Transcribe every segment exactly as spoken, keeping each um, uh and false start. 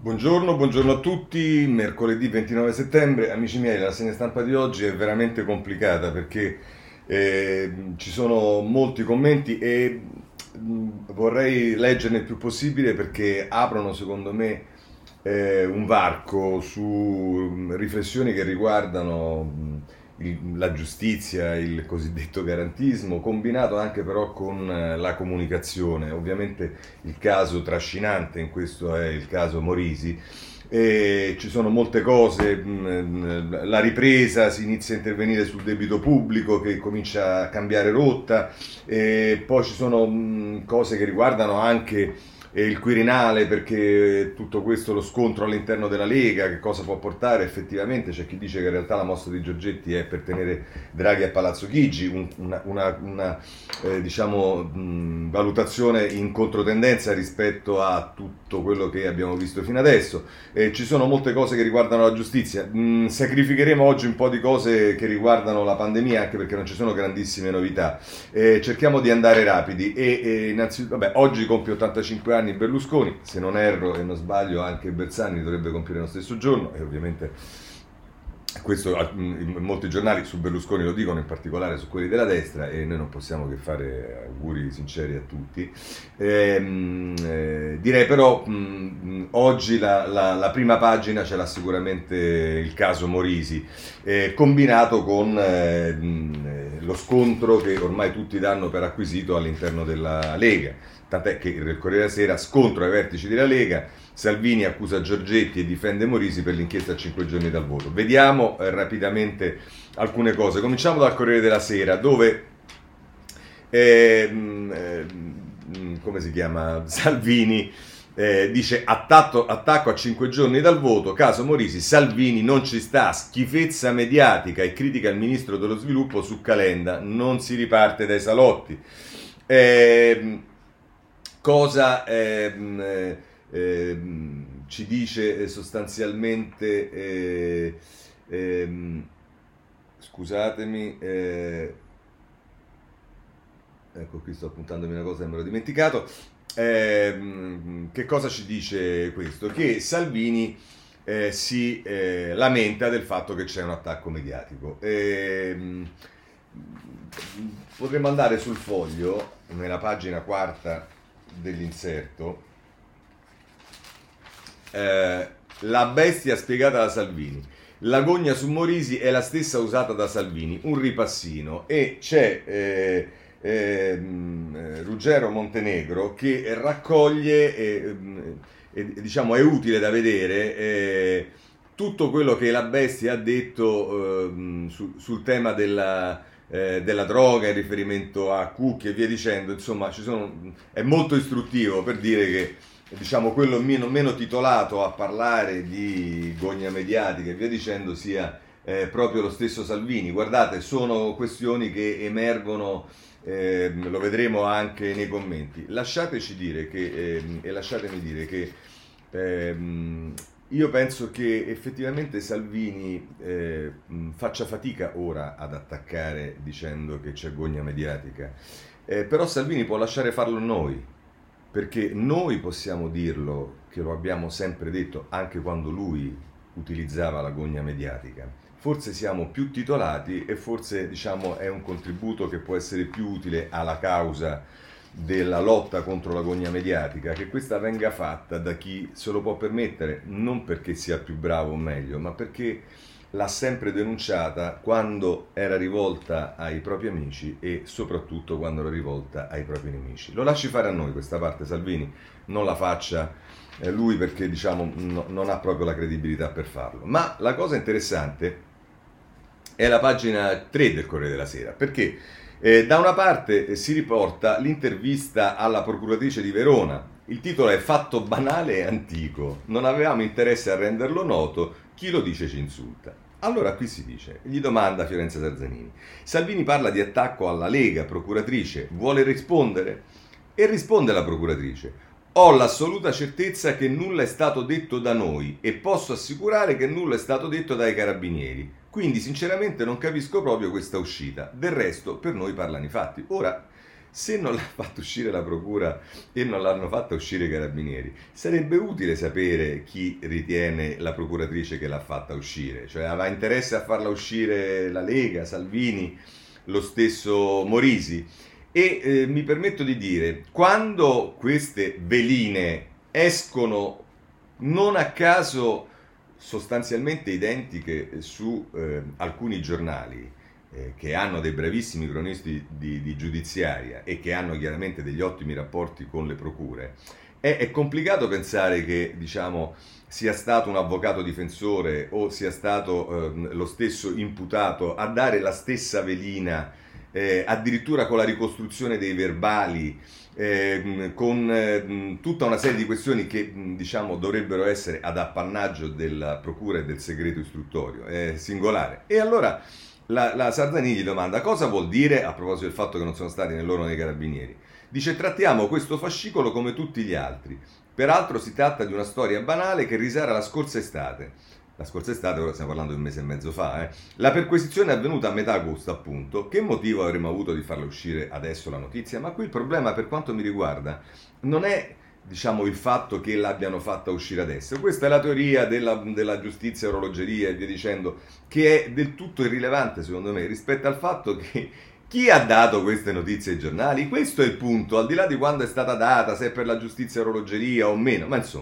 Buongiorno, buongiorno a tutti. Mercoledì ventinove settembre, amici miei, la rassegna stampa di oggi è veramente complicata perché eh, ci sono molti commenti e mh, vorrei leggerne il più possibile perché aprono, secondo me, eh, un varco su mh, riflessioni che riguardano mh, il- la giustizia, il cosiddetto garantismo, combinato anche però con eh, la comunicazione. Ovviamente il caso trascinante in questo è il caso Morisi. E ci sono molte cose, mh, la ripresa, si inizia a intervenire sul debito pubblico che comincia a cambiare rotta, e poi ci sono mh, cose che riguardano anche eh, il Quirinale, perché tutto questo, lo scontro all'interno della Lega, che cosa può portare effettivamente. C'è chi dice che in realtà la mossa di Giorgetti è per tenere Draghi a Palazzo Chigi, un- una, una- una, eh, diciamo, mh, valutazione in controtendenza rispetto a tutto quello che abbiamo visto fino adesso. Eh, ci sono molte cose che riguardano la giustizia. Mm, sacrificheremo oggi un po' di cose che riguardano la pandemia, anche perché non ci sono grandissime novità. Eh, cerchiamo di andare rapidi. E, e innanzitutto, vabbè, oggi compie ottantacinque anni Berlusconi, se non erro e non sbaglio anche Bersani dovrebbe compiere lo stesso giorno, e ovviamente questo in molti giornali su Berlusconi lo dicono, in particolare su quelli della destra, e noi non possiamo che fare auguri sinceri a tutti. Ehm, eh, direi però mh, oggi la, la- la prima pagina ce l'ha sicuramente il caso Morisi, eh, combinato con eh, mh, eh, lo scontro che ormai tutti danno per acquisito all'interno della Lega. Tant'è che il Corriere della Sera: scontro ai vertici della Lega, Salvini accusa Giorgetti e difende Morisi per l'inchiesta a cinque giorni dal voto. Vediamo eh, rapidamente alcune cose. Cominciamo dal Corriere della Sera, dove ehm, ehm, come si chiama? Salvini eh, dice: attacco, attacco a cinque giorni dal voto, caso Morisi, Salvini non ci sta, schifezza mediatica, e critica il ministro dello sviluppo su Calenda, non si riparte dai salotti. Ehm, cosa ehm, eh, ehm, ci dice eh, sostanzialmente, eh, ehm, scusatemi, eh, ecco, qui sto appuntandomi una cosa che me l'ho dimenticato. Ehm, che cosa ci dice questo? Che Salvini eh, si eh, lamenta del fatto che c'è un attacco mediatico. Ehm, potremmo andare sul Foglio, nella pagina quarta dell'inserto. Eh, la bestia spiegata da Salvini. L'agonia su Morisi è la stessa usata da Salvini, un ripassino, e c'è eh, ehm, eh, Ruggero Montenegro che raccoglie, e, e, diciamo è utile da vedere, eh, tutto quello che la bestia ha detto ehm, su- sul tema della, eh, della droga, in riferimento a Cucchi e via dicendo. Insomma, ci sono, è molto istruttivo per dire che, diciamo, quello meno, meno titolato a parlare di gogna mediatica e via dicendo sia eh, proprio lo stesso Salvini. Guardate, sono questioni che emergono, eh, lo vedremo anche nei commenti. Lasciateci dire che, eh, e lasciatemi dire che ehm, io penso che effettivamente Salvini eh, mh, faccia fatica ora ad attaccare dicendo che c'è gogna mediatica. Eh, però Salvini può lasciare farlo noi, perché noi possiamo dirlo, che lo abbiamo sempre detto anche quando lui utilizzava la gogna mediatica. Forse siamo più titolati e forse, diciamo, è un contributo che può essere più utile alla causa della lotta contro la gogna mediatica, che questa venga fatta da chi se lo può permettere, non perché sia più bravo o meglio, ma perché l'ha sempre denunciata quando era rivolta ai propri amici e soprattutto quando era rivolta ai propri nemici. Lo lasci fare a noi questa parte, Salvini, non la faccia eh, lui, perché, diciamo, no- non ha proprio la credibilità per farlo. Ma la cosa interessante è la pagina tre del Corriere della Sera, perché eh, da una parte eh, si riporta l'intervista alla procuratrice di Verona. Il titolo è: fatto banale e antico, non avevamo interesse a renderlo noto, chi lo dice ci insulta. Allora qui si dice, gli domanda Fiorenza Tarzanini: Salvini parla di attacco alla Lega, procuratrice, vuole rispondere? E risponde la procuratrice: ho l'assoluta certezza che nulla è stato detto da noi e posso assicurare che nulla è stato detto dai carabinieri. Quindi sinceramente non capisco proprio questa uscita. Del resto per noi parlano i fatti. Ora, se non l'ha fatto uscire la procura e non l'hanno fatta uscire i carabinieri, sarebbe utile sapere chi ritiene la procuratrice che l'ha fatta uscire, cioè aveva interesse a farla uscire la Lega, Salvini, lo stesso Morisi. E eh, mi permetto di dire, quando queste veline escono non a caso sostanzialmente identiche su eh, alcuni giornali eh, che hanno dei bravissimi cronisti di, di giudiziaria e che hanno chiaramente degli ottimi rapporti con le procure, è, è complicato pensare che, diciamo, sia stato un avvocato difensore o sia stato eh, lo stesso imputato a dare la stessa velina, eh, addirittura con la ricostruzione dei verbali, Eh, con eh, tutta una serie di questioni che diciamo dovrebbero essere ad appannaggio della procura e del segreto istruttorio, è singolare. E allora la, la Sarzanini gli domanda cosa vuol dire, a proposito del fatto che non sono stati né loro né i carabinieri. Dice: trattiamo questo fascicolo come tutti gli altri, peraltro si tratta di una storia banale che risale alla scorsa estate. La scorsa estate, ora stiamo parlando di un mese e mezzo fa, eh. La perquisizione è avvenuta a metà agosto, appunto. Che motivo avremmo avuto di farla uscire adesso la notizia? Ma qui il problema, per quanto mi riguarda, non è, diciamo, il fatto che l'abbiano fatta uscire adesso. Questa è la teoria della, della giustizia, orologeria e via dicendo, che è del tutto irrilevante, secondo me, rispetto al fatto che chi ha dato queste notizie ai giornali? Questo è il punto, al di là di quando è stata data, se è per la giustizia, orologeria o meno, ma insomma.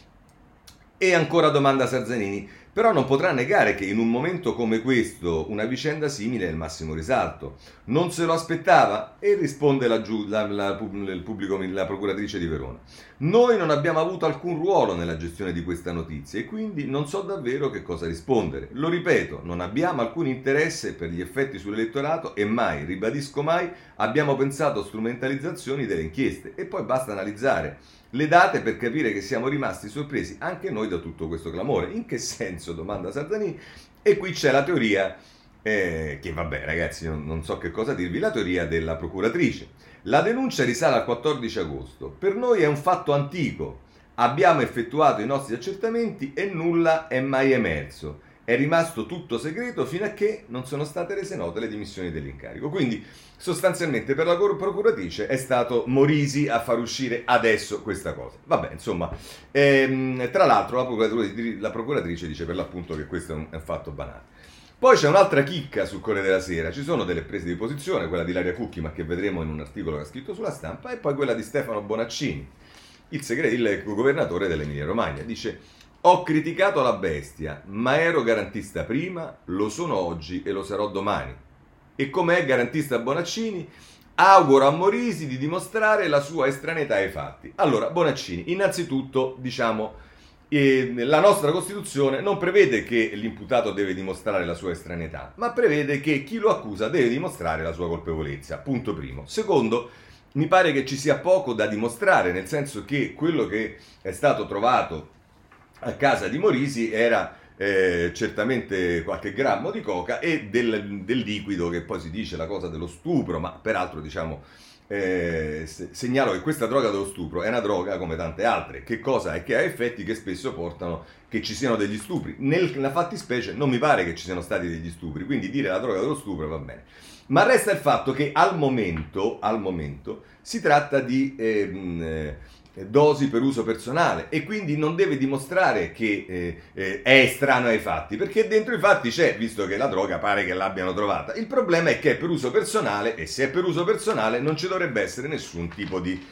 E ancora domanda Sarzanini: però non potrà negare che in un momento come questo una vicenda simile è il massimo risalto. Non se lo aspettava? E risponde la, giu- la, la, il pubblico, la procuratrice di Verona: noi non abbiamo avuto alcun ruolo nella gestione di questa notizia e quindi non so davvero che cosa rispondere. Lo ripeto, non abbiamo alcun interesse per gli effetti sull'elettorato e mai, ribadisco mai, abbiamo pensato strumentalizzazioni delle inchieste. E poi basta analizzare le date per capire che siamo rimasti sorpresi anche noi da tutto questo clamore. In che senso? Domanda Sarzanini. E qui c'è la teoria, eh, che vabbè ragazzi, non, non so che cosa dirvi, la teoria della procuratrice. La denuncia risale al quattordici agosto. Per noi è un fatto antico. Abbiamo effettuato i nostri accertamenti e nulla è mai emerso. È rimasto tutto segreto fino a che non sono state rese note le dimissioni dell'incarico. Quindi sostanzialmente per la procuratrice è stato Morisi a far uscire adesso questa cosa. Vabbè, insomma, ehm, tra l'altro la procuratrice, la procuratrice dice per l'appunto che questo è un, è un fatto banale. Poi c'è un'altra chicca sul Corriere della Sera, ci sono delle prese di posizione, quella di Ilaria Cucchi, ma che vedremo in un articolo che ha scritto sulla Stampa, e poi quella di Stefano Bonaccini, il, segre- il governatore dell'Emilia Romagna. Dice: ho criticato la bestia, ma ero garantista prima, lo sono oggi e lo sarò domani. E come è garantista Bonaccini? Auguro a Morisi di dimostrare la sua estraneità ai fatti. Allora, Bonaccini, innanzitutto, diciamo, eh, la nostra Costituzione non prevede che l'imputato deve dimostrare la sua estraneità, ma prevede che chi lo accusa deve dimostrare la sua colpevolezza. Punto primo. Secondo, mi pare che ci sia poco da dimostrare, nel senso che quello che è stato trovato a casa di Morisi era eh, certamente qualche grammo di coca e del, del liquido, che poi si dice la cosa dello stupro, ma peraltro diciamo eh, se, segnalo che questa droga dello stupro è una droga come tante altre. Che cosa è? Che ha effetti che spesso portano che ci siano degli stupri. Nella fattispecie non mi pare che ci siano stati degli stupri, quindi dire la droga dello stupro va bene. Ma resta il fatto che al momento, al momento si tratta di eh, dosi per uso personale e quindi non deve dimostrare che eh, eh, è estraneo ai fatti, perché dentro i fatti c'è, visto che la droga pare che l'abbiano trovata. Il problema è che è per uso personale, e se è per uso personale non ci dovrebbe essere nessun tipo di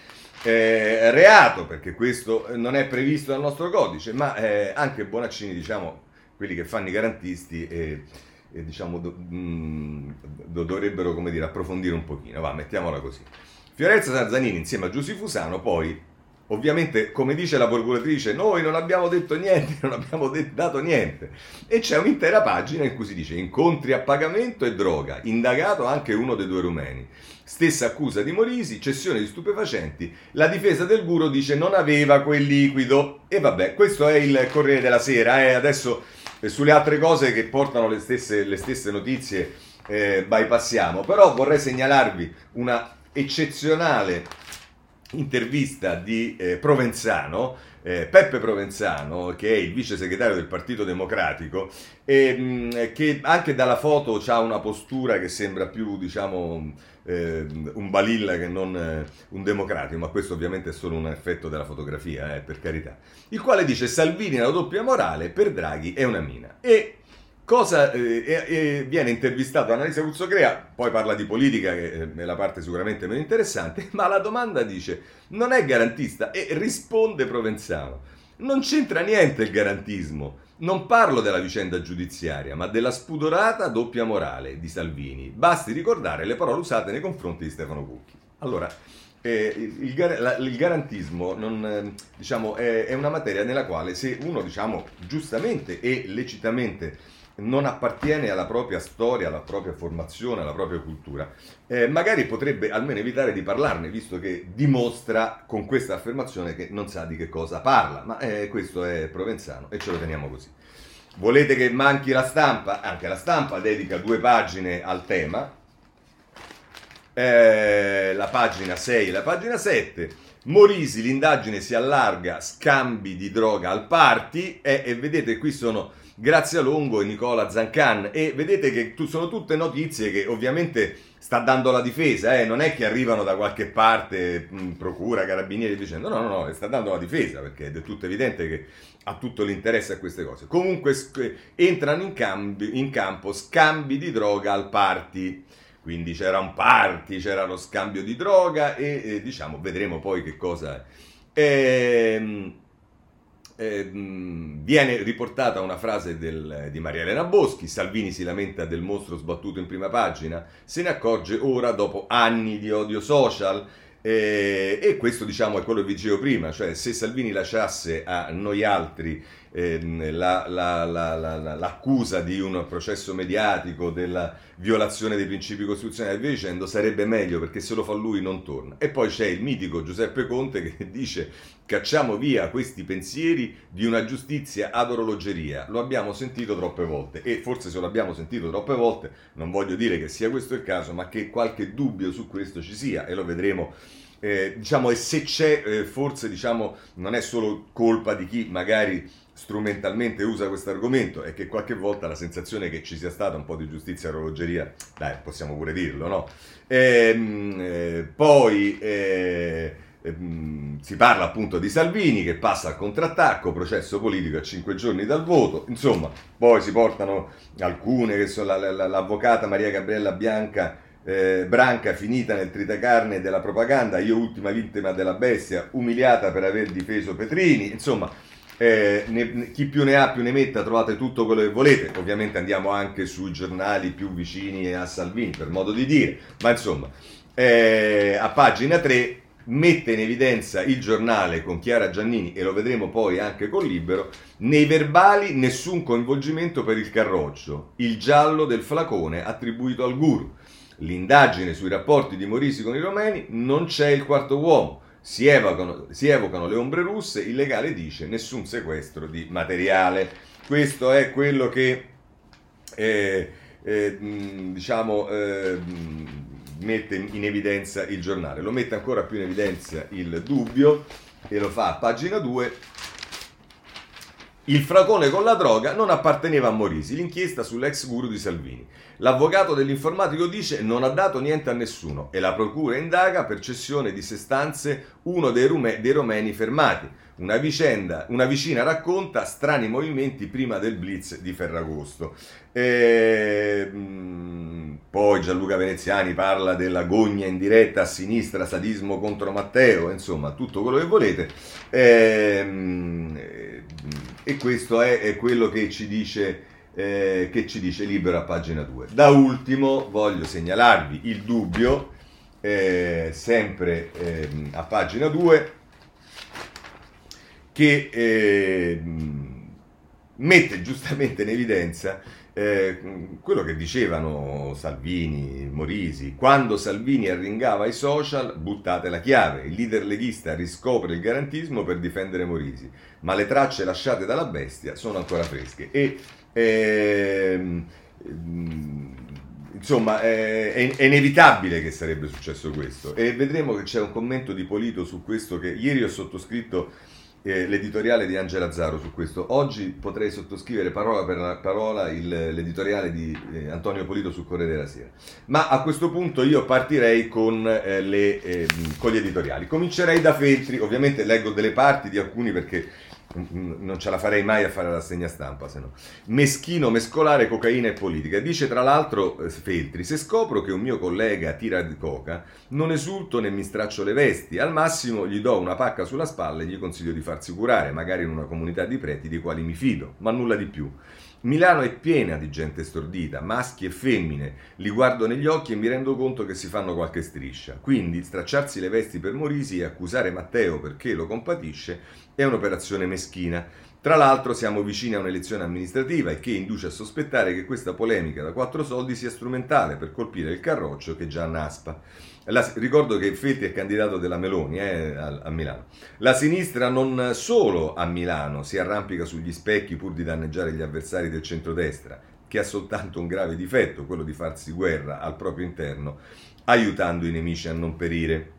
eh, reato, perché questo non è previsto dal nostro codice. Ma eh, anche Bonaccini, diciamo, quelli che fanno i garantisti eh, eh, diciamo do, mh, do, dovrebbero, come dire, approfondire un pochino, va, mettiamola così. Fiorenza Sarzanini insieme a Giussi Fusano poi, ovviamente, come dice la procuratrice, noi non abbiamo detto niente, non abbiamo de- dato niente. E c'è un'intera pagina in cui si dice: incontri a pagamento e droga, indagato anche uno dei due rumeni. Stessa accusa di Morisi, cessione di stupefacenti. La difesa del guru dice non aveva quel liquido. E vabbè, questo è il Corriere della Sera. Eh. Adesso eh, sulle altre cose che portano le stesse, le stesse notizie eh, bypassiamo. Però vorrei segnalarvi una eccezionale intervista di eh, Provenzano, eh, Peppe Provenzano, che è il vice segretario del Partito Democratico, e, mh, che anche dalla foto ha una postura che sembra più, diciamo, eh, un balilla che non eh, un democratico, ma questo ovviamente è solo un effetto della fotografia, eh, per carità, il quale dice: Salvini è una doppia morale, per Draghi è una mina. E cosa eh, eh, viene intervistato Annalisa Cuzzocrea, poi parla di politica, che è la parte sicuramente meno interessante, ma la domanda dice: non è garantista? E risponde Provenzano: non c'entra niente il garantismo, non parlo della vicenda giudiziaria, ma della spudorata doppia morale di Salvini. Basti ricordare le parole usate nei confronti di Stefano Cucchi. Allora, eh, il, il, la, il garantismo non, eh, diciamo, è, è una materia nella quale, se uno, diciamo, giustamente e lecitamente non appartiene alla propria storia, alla propria formazione, alla propria cultura, eh, magari potrebbe almeno evitare di parlarne, visto che dimostra con questa affermazione che non sa di che cosa parla. Ma eh, questo è Provenzano e ce lo teniamo così. Volete che manchi la stampa? Anche la stampa dedica due pagine al tema, eh, la pagina sei e la pagina sette. Morisi, l'indagine si allarga, scambi di droga al party, eh, e vedete qui sono Grazia Longo e Nicola Zancan, e vedete che tu, sono tutte notizie che ovviamente sta dando la difesa, eh? Non è che arrivano da qualche parte, mh, procura, carabinieri dicendo no, no, no, sta dando la difesa, perché è del tutto evidente che ha tutto l'interesse a queste cose. Comunque sc- entrano in, cambi, in campo scambi di droga al party, quindi c'era un party, c'era lo scambio di droga e, e diciamo, vedremo poi che cosa è. Ehm... Eh, viene riportata una frase del, di Maria Elena Boschi: Salvini si lamenta del mostro sbattuto in prima pagina, se ne accorge ora dopo anni di odio social, eh, e questo, diciamo, è quello che vi dicevo prima, cioè se Salvini lasciasse a noi altri eh, la, la, la, la, l'accusa di un processo mediatico, della violazione dei principi costituzionali e via dicendo, sarebbe meglio, perché se lo fa lui non torna. E poi c'è il mitico Giuseppe Conte che dice: cacciamo via questi pensieri di una giustizia ad orologeria. Lo abbiamo sentito troppe volte, e forse se lo abbiamo sentito troppe volte non voglio dire che sia questo il caso, ma che qualche dubbio su questo ci sia, e lo vedremo. Eh, diciamo, e se c'è, eh, forse, diciamo, non è solo colpa di chi magari strumentalmente usa questo argomento, è che qualche volta la sensazione che ci sia stata un po' di giustizia a orologeria, dai, possiamo pure dirlo, no? Ehm, eh, poi eh, ehm, si parla appunto di Salvini che passa al contrattacco, processo politico a cinque giorni dal voto, insomma, poi si portano alcune, che sono la, la, l'avvocata Maria Gabriella Bianca Eh, Branca, finita nel tritacarne della propaganda, io ultima vittima della bestia, umiliata per aver difeso Petrini, insomma, eh, ne, chi più ne ha più ne metta, trovate tutto quello che volete. Ovviamente andiamo anche sui giornali più vicini a Salvini, per modo di dire, ma insomma, eh, a pagina tre mette in evidenza il giornale con Chiara Giannini, e lo vedremo poi anche con Libero: nei verbali nessun coinvolgimento per il Carroccio, il giallo del flacone attribuito al guru. L'indagine sui rapporti di Morisi con i romeni, non c'è il quarto uomo, si evocano, si evocano le ombre russe, il legale dice nessun sequestro di materiale. Questo è quello che eh, eh, diciamo eh, mette in evidenza il giornale. Lo mette ancora più in evidenza il Dubbio, e lo fa a pagina due. Il fracone con la droga non apparteneva a Morisi, l'inchiesta sull'ex guru di Salvini. L'avvocato dell'informatico dice non ha dato niente a nessuno, e la procura indaga per cessione di sostanze uno dei, rume, dei romeni fermati. Una vicenda, una vicina racconta strani movimenti prima del blitz di Ferragosto. E, mh, poi Gianluca Veneziani parla della gogna in diretta a sinistra, sadismo contro Matteo, insomma tutto quello che volete. E, mh, e questo è, è quello che ci dice eh, che ci dice Libero a pagina due. Da ultimo voglio segnalarvi il Dubbio, eh, sempre eh, a pagina due, che eh, mette giustamente in evidenza eh, quello che dicevano Salvini, Morisi: quando Salvini arringava i social, buttate la chiave, il leader leghista riscopre il garantismo per difendere Morisi, ma le tracce lasciate dalla bestia sono ancora fresche. E ehm, insomma, è, è, è inevitabile che sarebbe successo questo. E vedremo che c'è un commento di Polito su questo, che ieri ho sottoscritto eh, l'editoriale di Angela Azzaro su questo. Oggi potrei sottoscrivere parola per parola il, l'editoriale di eh, Antonio Polito sul Corriere della Sera. Ma a questo punto io partirei con, eh, le, eh, con gli editoriali. Comincerei da Feltri, ovviamente leggo delle parti di alcuni perché non ce la farei mai a fare la rassegna stampa, se no. Meschino mescolare cocaina e politica. Dice tra l'altro Feltri: se scopro che un mio collega tira di coca, non esulto né mi straccio le vesti, al massimo gli do una pacca sulla spalla e gli consiglio di farsi curare, magari in una comunità di preti dei quali mi fido, ma nulla di più. Milano è piena di gente stordita, maschi e femmine, li guardo negli occhi e mi rendo conto che si fanno qualche striscia. Quindi stracciarsi le vesti per Morisi e accusare Matteo perché lo compatisce è un'operazione meschina. Tra l'altro siamo vicini a un'elezione amministrativa, il che induce a sospettare che questa polemica da quattro soldi sia strumentale per colpire il Carroccio che già naspa. La, ricordo che Feltri è candidato della Meloni eh, a, a Milano. La sinistra non solo a Milano si arrampica sugli specchi pur di danneggiare gli avversari del centrodestra, che ha soltanto un grave difetto, quello di farsi guerra al proprio interno, aiutando i nemici a non perire.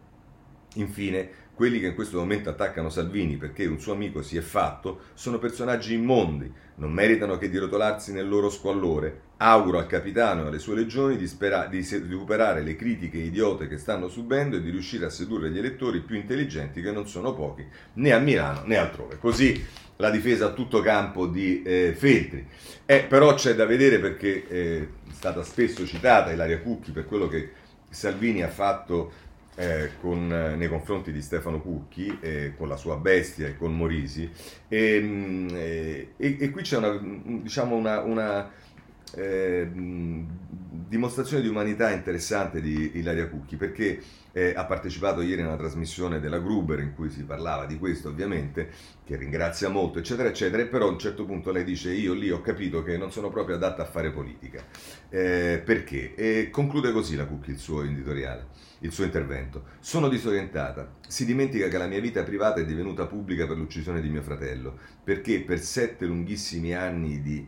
Infine, quelli che in questo momento attaccano Salvini perché un suo amico si è fatto sono personaggi immondi, non meritano che di rotolarsi nel loro squallore. Auguro al capitano e alle sue legioni di, spera- di recuperare le critiche idiote che stanno subendo e di riuscire a sedurre gli elettori più intelligenti, che non sono pochi, né a Milano né altrove. Così la difesa a tutto campo di eh, Feltri. Eh, però c'è da vedere, perché eh, è stata spesso citata Ilaria Cucchi per quello che Salvini ha fatto Eh, con, eh, nei confronti di Stefano Cucchi, eh, con la sua bestia e con Morisi, e, e, e qui c'è una, diciamo una, una eh, dimostrazione di umanità interessante di Ilaria Cucchi, perché eh, ha partecipato ieri a una trasmissione della Gruber in cui si parlava di questo, ovviamente, che ringrazia molto, eccetera eccetera, e però a un certo punto lei dice: io lì ho capito che non sono proprio adatta a fare politica. Eh, perché? E conclude così la Cucchi il suo editoriale, il suo intervento: sono disorientata, si dimentica che la mia vita privata è divenuta pubblica per l'uccisione di mio fratello, perché per sette lunghissimi anni di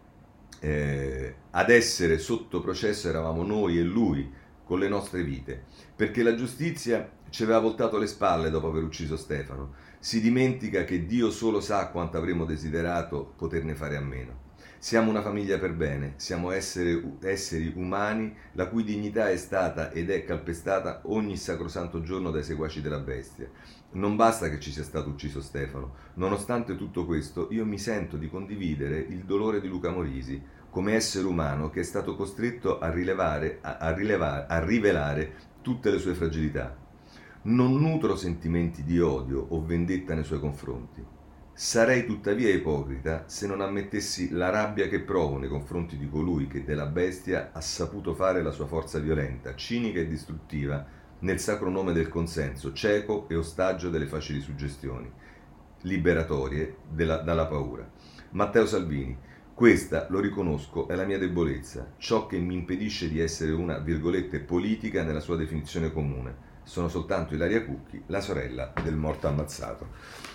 eh, ad essere sotto processo eravamo noi e lui, con le nostre vite, perché la giustizia ci aveva voltato le spalle dopo aver ucciso Stefano. Si dimentica che Dio solo sa quanto avremmo desiderato poterne fare a meno. Siamo una famiglia per bene, siamo esseri, esseri umani la cui dignità è stata ed è calpestata ogni sacrosanto giorno dai seguaci della bestia. Non basta che ci sia stato ucciso Stefano, nonostante tutto questo io mi sento di condividere il dolore di Luca Morisi, come essere umano che è stato costretto a, rilevare, a, a, rilevare, a rivelare tutte le sue fragilità. Non nutro sentimenti di odio o vendetta nei suoi confronti. Sarei tuttavia ipocrita se non ammettessi la rabbia che provo nei confronti di colui che della bestia ha saputo fare la sua forza violenta, cinica e distruttiva, nel sacro nome del consenso, cieco e ostaggio delle facili suggestioni, liberatorie della, dalla paura. Matteo Salvini: questa, lo riconosco, è la mia debolezza, ciò che mi impedisce di essere una, virgolette, politica nella sua definizione comune. Sono soltanto Ilaria Cucchi, la sorella del morto ammazzato.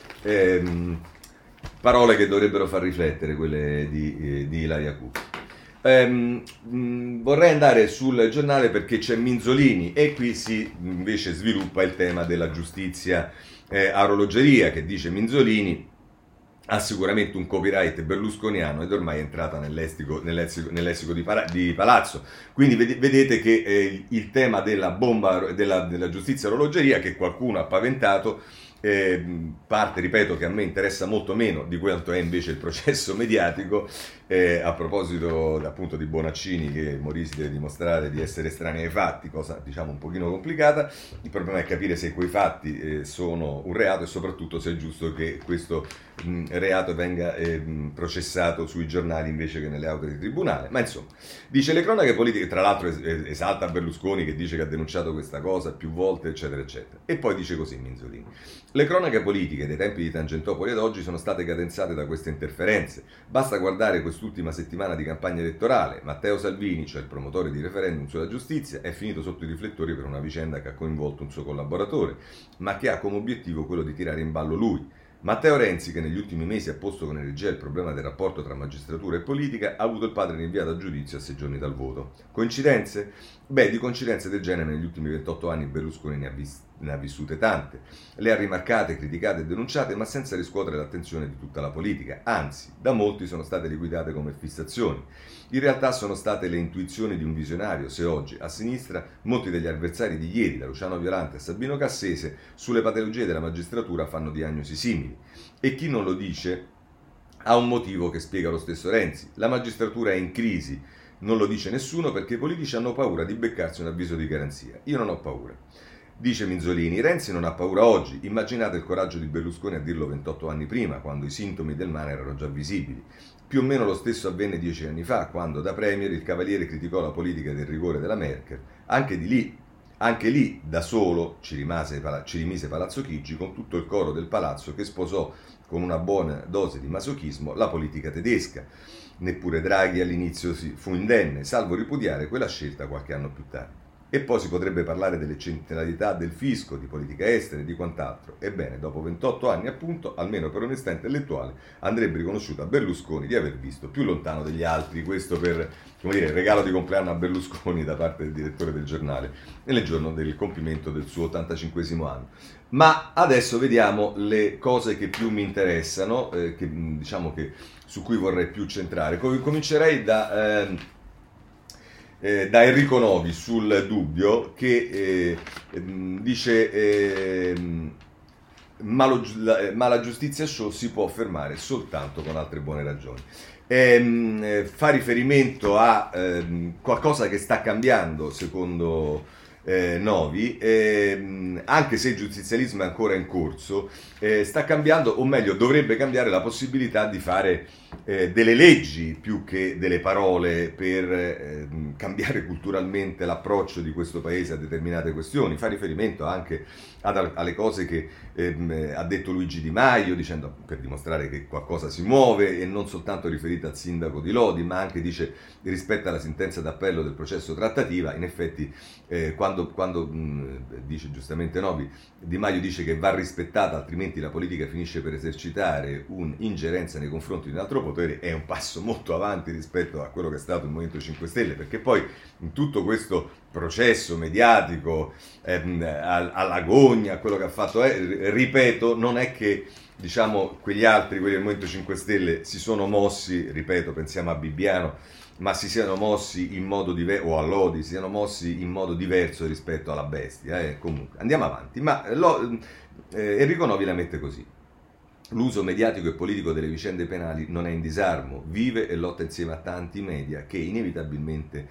Ehm, parole che dovrebbero far riflettere, quelle di, eh, di Ilaria Cucchi. Ehm, mh, vorrei andare sul giornale perché c'è Minzolini e qui si invece sviluppa il tema della giustizia eh, a orologeria, che dice Minzolini ha sicuramente un copyright berlusconiano ed ormai è entrata nel lessico, nel lessico, nel lessico di, para, di Palazzo. Quindi vedete che eh, il tema della bomba della, della giustizia a orologeria, che qualcuno ha paventato, eh, parte, ripeto, che a me interessa molto meno di quanto è invece il processo mediatico, eh, a proposito appunto di Bonaccini, che Morisi deve dimostrare di essere estraneo ai fatti, cosa diciamo un pochino complicata. Il problema è capire se quei fatti eh, sono un reato e soprattutto se è giusto che questo mh, reato venga eh, processato sui giornali invece che nelle aule di tribunale. Ma insomma, dice le cronache politiche, tra l'altro es- esalta Berlusconi che dice che ha denunciato questa cosa più volte, eccetera eccetera, e poi dice così Minzolini: le cronache politiche dei tempi di Tangentopoli ad oggi sono state cadenzate da queste interferenze. Basta guardare quest'ultima settimana di campagna elettorale. Matteo Salvini, cioè il promotore di referendum sulla giustizia, è finito sotto i riflettori per una vicenda che ha coinvolto un suo collaboratore, ma che ha come obiettivo quello di tirare in ballo lui. Matteo Renzi, che negli ultimi mesi ha posto con energia il problema del rapporto tra magistratura e politica, ha avuto il padre rinviato a giudizio a sei giorni dal voto. Coincidenze? Beh, di coincidenze del genere negli ultimi ventotto anni Berlusconi ne ha, vis- ne ha vissute tante. Le ha rimarcate, criticate e denunciate, ma senza riscuotere l'attenzione di tutta la politica. Anzi, da molti sono state liquidate come fissazioni. In realtà sono state le intuizioni di un visionario, se oggi, a sinistra, molti degli avversari di ieri, da Luciano Violante a Sabino Cassese, sulle patologie della magistratura fanno diagnosi simili. E chi non lo dice ha un motivo che spiega lo stesso Renzi. La magistratura è in crisi, non lo dice nessuno perché i politici hanno paura di beccarsi un avviso di garanzia. Io non ho paura. Dice Minzolini, Renzi non ha paura oggi, immaginate il coraggio di Berlusconi a dirlo ventotto anni prima, quando i sintomi del male erano già visibili. Più o meno lo stesso avvenne dieci anni fa, quando da premier il Cavaliere criticò la politica del rigore della Merkel. Anche di lì, anche lì, da solo, ci, rimase, ci rimise Palazzo Chigi con tutto il coro del palazzo che sposò con una buona dose di masochismo la politica tedesca. Neppure Draghi all'inizio fu indenne, salvo ripudiare quella scelta qualche anno più tardi. E poi si potrebbe parlare delle centralità del fisco, di politica estera e di quant'altro. Ebbene, dopo ventotto anni, appunto, almeno per onestà intellettuale, andrebbe riconosciuto a Berlusconi di aver visto più lontano degli altri. Questo per, come dire, il regalo di compleanno a Berlusconi da parte del direttore del giornale nel giorno del compimento del suo ottantacinquesimo anno. Ma adesso vediamo le cose che più mi interessano, eh, che, diciamo che, su cui vorrei più centrare. Comincerei da... Eh, Eh, da Enrico Novi sul Dubbio che eh, ehm, dice eh, ma, lo, la, ma la giustizia show si può fermare soltanto con altre buone ragioni. Ehm, eh, fa riferimento a ehm, qualcosa che sta cambiando secondo eh, Novi, ehm, anche se il giustizialismo è ancora in corso, eh, sta cambiando, o meglio dovrebbe cambiare la possibilità di fare Eh, delle leggi più che delle parole per eh, cambiare culturalmente l'approccio di questo paese a determinate questioni. Fa riferimento anche ad, alle cose che ehm, ha detto Luigi Di Maio, dicendo, per dimostrare che qualcosa si muove, e non soltanto riferita al sindaco di Lodi, ma anche dice rispetto alla sentenza d'appello del processo trattativa. In effetti eh, quando, quando mh, dice giustamente Novi, Di Maio dice che va rispettata, altrimenti la politica finisce per esercitare un'ingerenza nei confronti di un altro potere, è un passo molto avanti rispetto a quello che è stato il Movimento cinque Stelle, perché poi in tutto questo processo mediatico ehm, all'agonia, quello che ha fatto, eh, ripeto, non è che diciamo quegli altri, quelli del Movimento cinque Stelle, si sono mossi, ripeto, pensiamo a Bibbiano, ma si siano mossi in modo diverso, o a Lodi, si siano mossi in modo diverso rispetto alla bestia. Eh. Comunque, andiamo avanti. Ma lo, eh, Enrico Novi la mette così. L'uso mediatico e politico delle vicende penali non è in disarmo, vive e lotta insieme a tanti media che inevitabilmente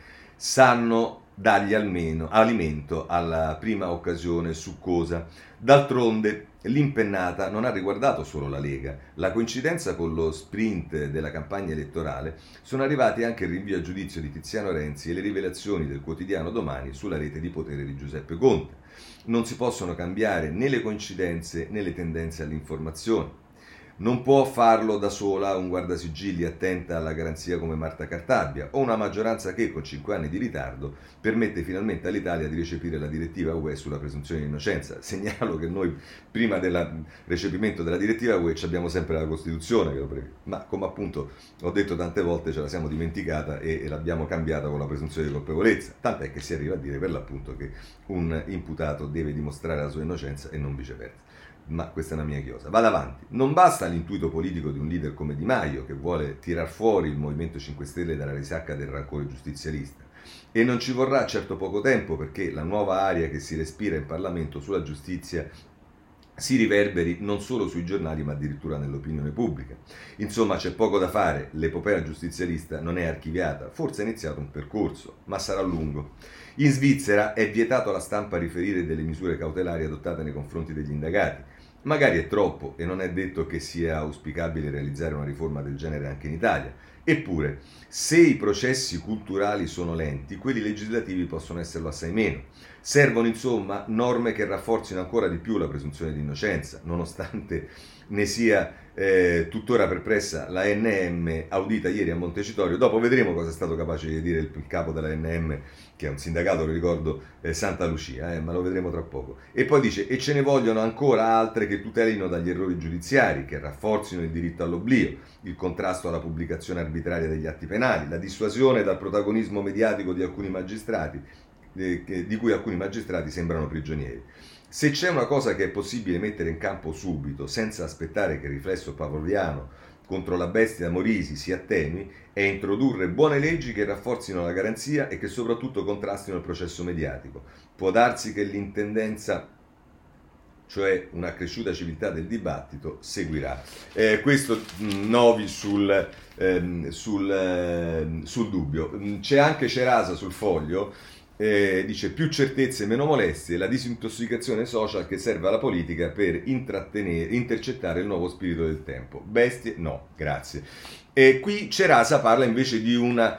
sanno dargli almeno alimento alla prima occasione succosa. D'altronde l'impennata non ha riguardato solo la Lega. La coincidenza con lo sprint della campagna elettorale sono arrivati anche il rinvio a giudizio di Tiziano Renzi e le rivelazioni del quotidiano Domani sulla rete di potere di Giuseppe Conte. Non si possono cambiare né le coincidenze né le tendenze all'informazione. Non può farlo da sola un guardasigilli attenta alla garanzia come Marta Cartabia o una maggioranza che, con cinque anni di ritardo, permette finalmente all'Italia di recepire la direttiva U E sulla presunzione di innocenza. Segnalo che noi, prima del recepimento della direttiva U E, abbiamo sempre la Costituzione che lo prevede, ma come appunto ho detto tante volte ce la siamo dimenticata e, e l'abbiamo cambiata con la presunzione di colpevolezza, tant'è che si arriva a dire per l'appunto che un imputato deve dimostrare la sua innocenza e non viceversa. Ma questa è una mia chiosa. Vado avanti. Non basta l'intuito politico di un leader come Di Maio che vuole tirar fuori il Movimento cinque Stelle dalla risacca del rancore giustizialista. E non ci vorrà certo poco tempo perché la nuova aria che si respira in Parlamento sulla giustizia si riverberi non solo sui giornali ma addirittura nell'opinione pubblica. Insomma, c'è poco da fare, l'epopea giustizialista non è archiviata, forse è iniziato un percorso, ma sarà lungo. In Svizzera è vietato alla stampa riferire delle misure cautelari adottate nei confronti degli indagati. Magari è troppo e non è detto che sia auspicabile realizzare una riforma del genere anche in Italia. Eppure, se i processi culturali sono lenti, quelli legislativi possono esserlo assai meno. Servono insomma norme che rafforzino ancora di più la presunzione di innocenza, nonostante ne sia eh, tuttora perplessa la N M audita ieri a Montecitorio. Dopo vedremo cosa è stato capace di dire il, il capo della N M, che è un sindacato, lo ricordo, eh, Santa Lucia, eh, ma lo vedremo tra poco. E poi dice, e ce ne vogliono ancora altre che tutelino dagli errori giudiziari, che rafforzino il diritto all'oblio, il contrasto alla pubblicazione arbitraria degli atti penali, la dissuasione dal protagonismo mediatico di alcuni magistrati, eh, che, di cui alcuni magistrati sembrano prigionieri. Se c'è una cosa che è possibile mettere in campo subito, senza aspettare che il riflesso pavloviano contro la bestia Morisi si attenui, è introdurre buone leggi che rafforzino la garanzia e che soprattutto contrastino il processo mediatico. Può darsi che l'intendenza, cioè un'accresciuta civiltà del dibattito, seguirà. Eh, questo mh, Novi sul, ehm, sul, ehm, sul dubbio. C'è anche Cerasa sul Foglio. Eh, dice più certezze e meno molestie, la disintossicazione social che serve alla politica per intrattenere, intercettare il nuovo spirito del tempo. Bestie? No, grazie. E qui Cerasa parla invece di un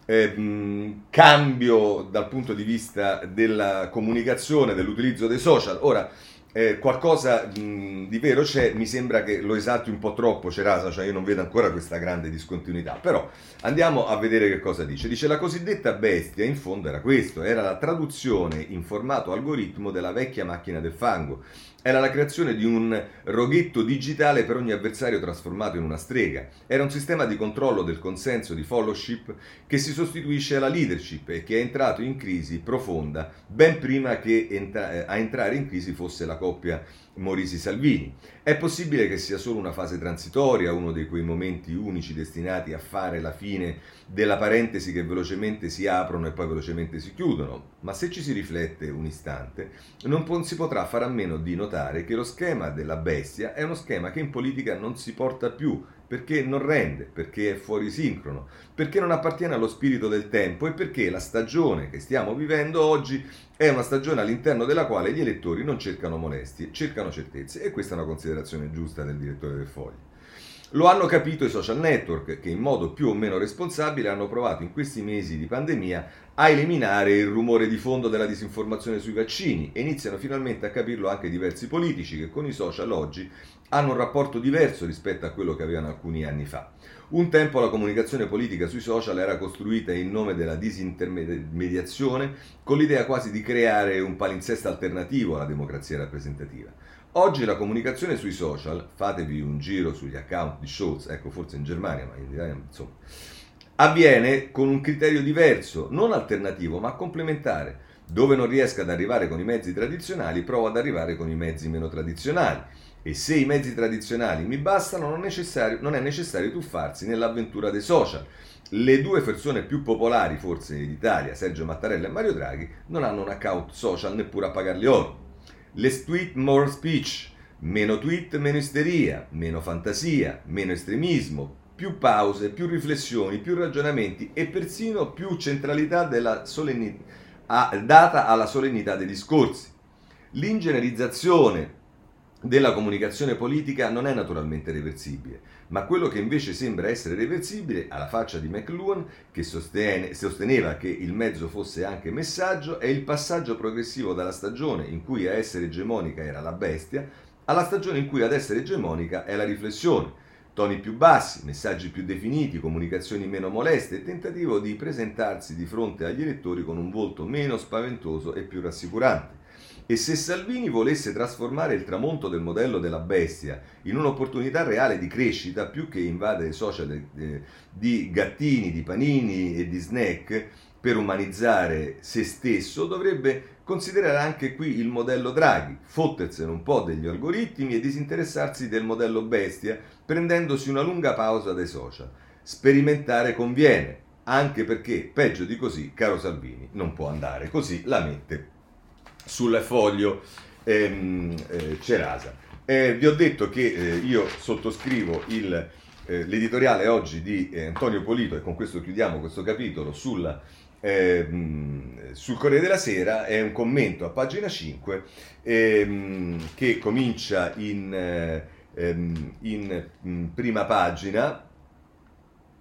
eh, cambio dal punto di vista della comunicazione, dell'utilizzo dei social. Ora, eh, qualcosa mh, di vero c'è, mi sembra che lo esalti un po' troppo Cerasa, cioè io non vedo ancora questa grande discontinuità, però andiamo a vedere che cosa dice. Dice la cosiddetta bestia in fondo era questo, era la traduzione in formato algoritmo della vecchia macchina del fango, era la creazione di un roghetto digitale per ogni avversario trasformato in una strega, era un sistema di controllo del consenso, di followership che si sostituisce alla leadership e che è entrato in crisi profonda ben prima che entra- a entrare in crisi fosse la coppia Morisi-Salvini. È possibile che sia solo una fase transitoria, uno di quei momenti unici destinati a fare la fine della parentesi che velocemente si aprono e poi velocemente si chiudono, ma se ci si riflette un istante, non po- si potrà fare a meno di notare che lo schema della bestia è uno schema che in politica non si porta più, perché non rende, perché è fuori sincrono, perché non appartiene allo spirito del tempo e perché la stagione che stiamo vivendo oggi è una stagione all'interno della quale gli elettori non cercano molestie, cercano certezze, e questa è una considerazione giusta del direttore del Foglio. Lo hanno capito i social network che in modo più o meno responsabile hanno provato in questi mesi di pandemia a eliminare il rumore di fondo della disinformazione sui vaccini e iniziano finalmente a capirlo anche diversi politici che con i social oggi hanno un rapporto diverso rispetto a quello che avevano alcuni anni fa. Un tempo la comunicazione politica sui social era costruita in nome della disintermediazione con l'idea quasi di creare un palinsesto alternativo alla democrazia rappresentativa. Oggi la comunicazione sui social, fatevi un giro sugli account di Scholz, ecco forse in Germania, ma in Italia insomma, avviene con un criterio diverso, non alternativo ma complementare. Dove non riesca ad arrivare con i mezzi tradizionali, provo ad arrivare con i mezzi meno tradizionali. E se i mezzi tradizionali mi bastano, non, necessario, non è necessario tuffarsi nell'avventura dei social. Le due persone più popolari forse d'Italia, Sergio Mattarella e Mario Draghi, non hanno un account social neppure a pagarli oro. Less tweet, more speech, meno tweet, meno isteria, meno fantasia, meno estremismo, più pause, più riflessioni, più ragionamenti e persino più centralità della solennità, data alla solennità dei discorsi. L'ingegnerizzazione della comunicazione politica non è naturalmente reversibile, ma quello che invece sembra essere reversibile, alla faccia di McLuhan, che sostiene, sosteneva che il mezzo fosse anche messaggio, è il passaggio progressivo dalla stagione in cui a essere egemonica era la bestia, alla stagione in cui ad essere egemonica è la riflessione. Toni più bassi, messaggi più definiti, comunicazioni meno moleste e tentativo di presentarsi di fronte agli elettori con un volto meno spaventoso e più rassicurante. E se Salvini volesse trasformare il tramonto del modello della bestia in un'opportunità reale di crescita, più che invadere i social eh, di gattini, di panini e di snack per umanizzare se stesso, dovrebbe considerare anche qui il modello Draghi, fottersene un po' degli algoritmi e disinteressarsi del modello bestia, prendendosi una lunga pausa dai social. Sperimentare conviene, anche perché peggio di così, caro Salvini, non può andare. Così la mette sul Foglio ehm, eh, Cerasa. Eh, vi ho detto che eh, io sottoscrivo il, eh, l'editoriale oggi di eh, Antonio Polito, e con questo chiudiamo questo capitolo sulla, eh, sul Corriere della Sera. È un commento a pagina cinque ehm, che comincia in, eh, in, in prima pagina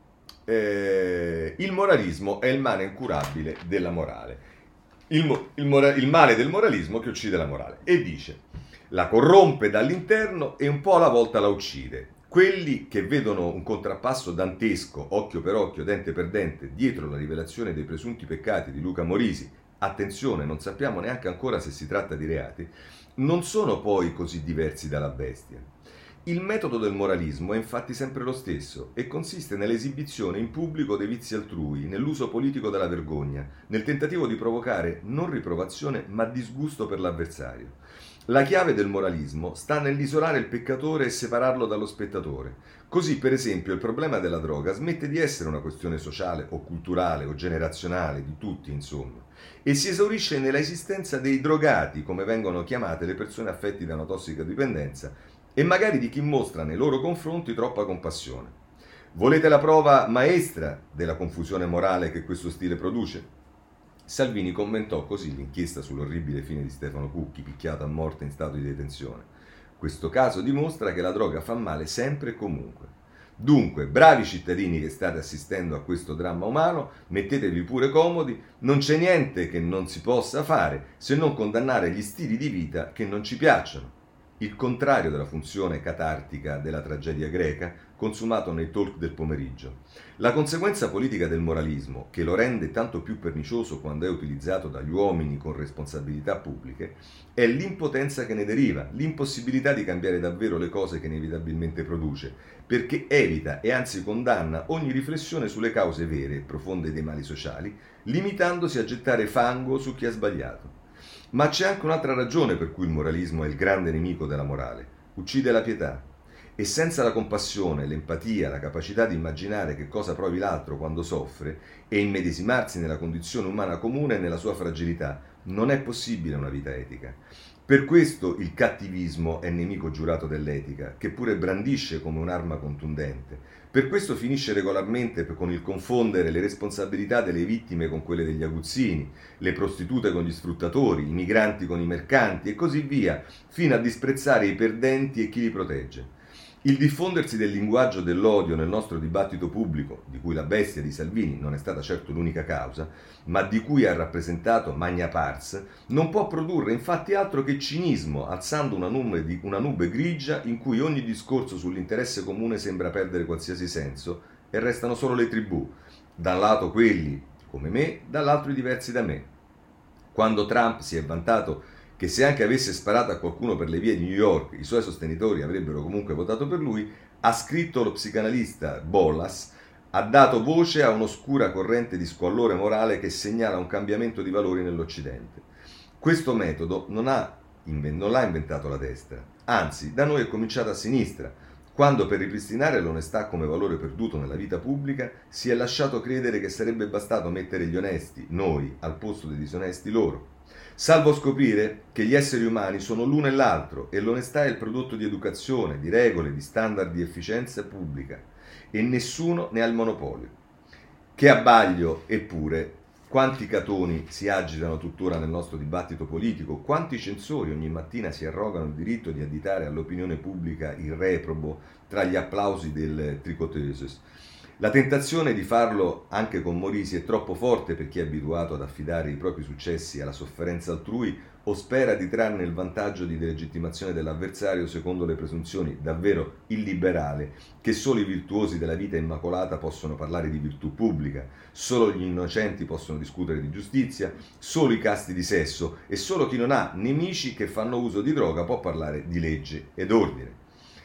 eh, il moralismo è il male incurabile della morale, il, mo- il, mora- il male del moralismo che uccide la morale, e dice: la corrompe dall'interno e un po' alla volta la uccide. Quelli che vedono un contrappasso dantesco, occhio per occhio, dente per dente, dietro la rivelazione dei presunti peccati di Luca Morisi, attenzione, non sappiamo neanche ancora se si tratta di reati, non sono poi così diversi dalla bestia. Il metodo del moralismo è infatti sempre lo stesso e consiste nell'esibizione in pubblico dei vizi altrui, nell'uso politico della vergogna, nel tentativo di provocare non riprovazione ma disgusto per l'avversario. La chiave del moralismo sta nell'isolare il peccatore e separarlo dallo spettatore. Così, per esempio, il problema della droga smette di essere una questione sociale o culturale o generazionale di tutti, insomma, e si esaurisce nella esistenza dei drogati, come vengono chiamate le persone affette da una tossicodipendenza, e magari di chi mostra nei loro confronti troppa compassione. Volete la prova maestra della confusione morale che questo stile produce? Salvini commentò così l'inchiesta sull'orribile fine di Stefano Cucchi, picchiato a morte in stato di detenzione. Questo caso dimostra che la droga fa male sempre e comunque. Dunque, bravi cittadini che state assistendo a questo dramma umano, mettetevi pure comodi, non c'è niente che non si possa fare se non condannare gli stili di vita che non ci piacciono. Il contrario della funzione catartica della tragedia greca, consumato nei talk del pomeriggio. La conseguenza politica del moralismo, che lo rende tanto più pernicioso quando è utilizzato dagli uomini con responsabilità pubbliche, è l'impotenza che ne deriva, l'impossibilità di cambiare davvero le cose che inevitabilmente produce, perché evita e anzi condanna ogni riflessione sulle cause vere e profonde dei mali sociali, limitandosi a gettare fango su chi ha sbagliato. Ma c'è anche un'altra ragione per cui il moralismo è il grande nemico della morale. Uccide la pietà. E senza la compassione, l'empatia, la capacità di immaginare che cosa provi l'altro quando soffre e immedesimarsi nella condizione umana comune e nella sua fragilità, non è possibile una vita etica. Per questo il cattivismo è nemico giurato dell'etica, che pure brandisce come un'arma contundente. Per questo finisce regolarmente con il confondere le responsabilità delle vittime con quelle degli aguzzini, le prostitute con gli sfruttatori, i migranti con i mercanti e così via, fino a disprezzare i perdenti e chi li protegge. Il diffondersi del linguaggio dell'odio nel nostro dibattito pubblico, di cui la bestia di Salvini non è stata certo l'unica causa, ma di cui ha rappresentato magna pars, non può produrre infatti altro che cinismo, alzando una nube, di, una nube grigia in cui ogni discorso sull'interesse comune sembra perdere qualsiasi senso e restano solo le tribù, da un lato quelli come me, dall'altro i diversi da me. Quando Trump si è vantato che se anche avesse sparato a qualcuno per le vie di New York, i suoi sostenitori avrebbero comunque votato per lui, ha scritto lo psicanalista Bollas, ha dato voce a un'oscura corrente di squallore morale che segnala un cambiamento di valori nell'Occidente. Questo metodo non, ha, non l'ha inventato la destra, anzi da noi è cominciato a sinistra, quando per ripristinare l'onestà come valore perduto nella vita pubblica si è lasciato credere che sarebbe bastato mettere gli onesti, noi, al posto dei disonesti loro. Salvo scoprire che gli esseri umani sono l'uno e l'altro e l'onestà è il prodotto di educazione, di regole, di standard di efficienza pubblica e nessuno ne ha il monopolio. Che abbaglio, eppure, quanti catoni si agitano tuttora nel nostro dibattito politico, quanti censori ogni mattina si arrogano il diritto di additare all'opinione pubblica il reprobo tra gli applausi del tricoteuses. La tentazione di farlo anche con Morisi è troppo forte per chi è abituato ad affidare i propri successi alla sofferenza altrui o spera di trarne il vantaggio di delegittimazione dell'avversario secondo le presunzioni davvero illiberali che solo i virtuosi della vita immacolata possono parlare di virtù pubblica, solo gli innocenti possono discutere di giustizia, solo i casti di sesso e solo chi non ha nemici che fanno uso di droga può parlare di legge ed ordine.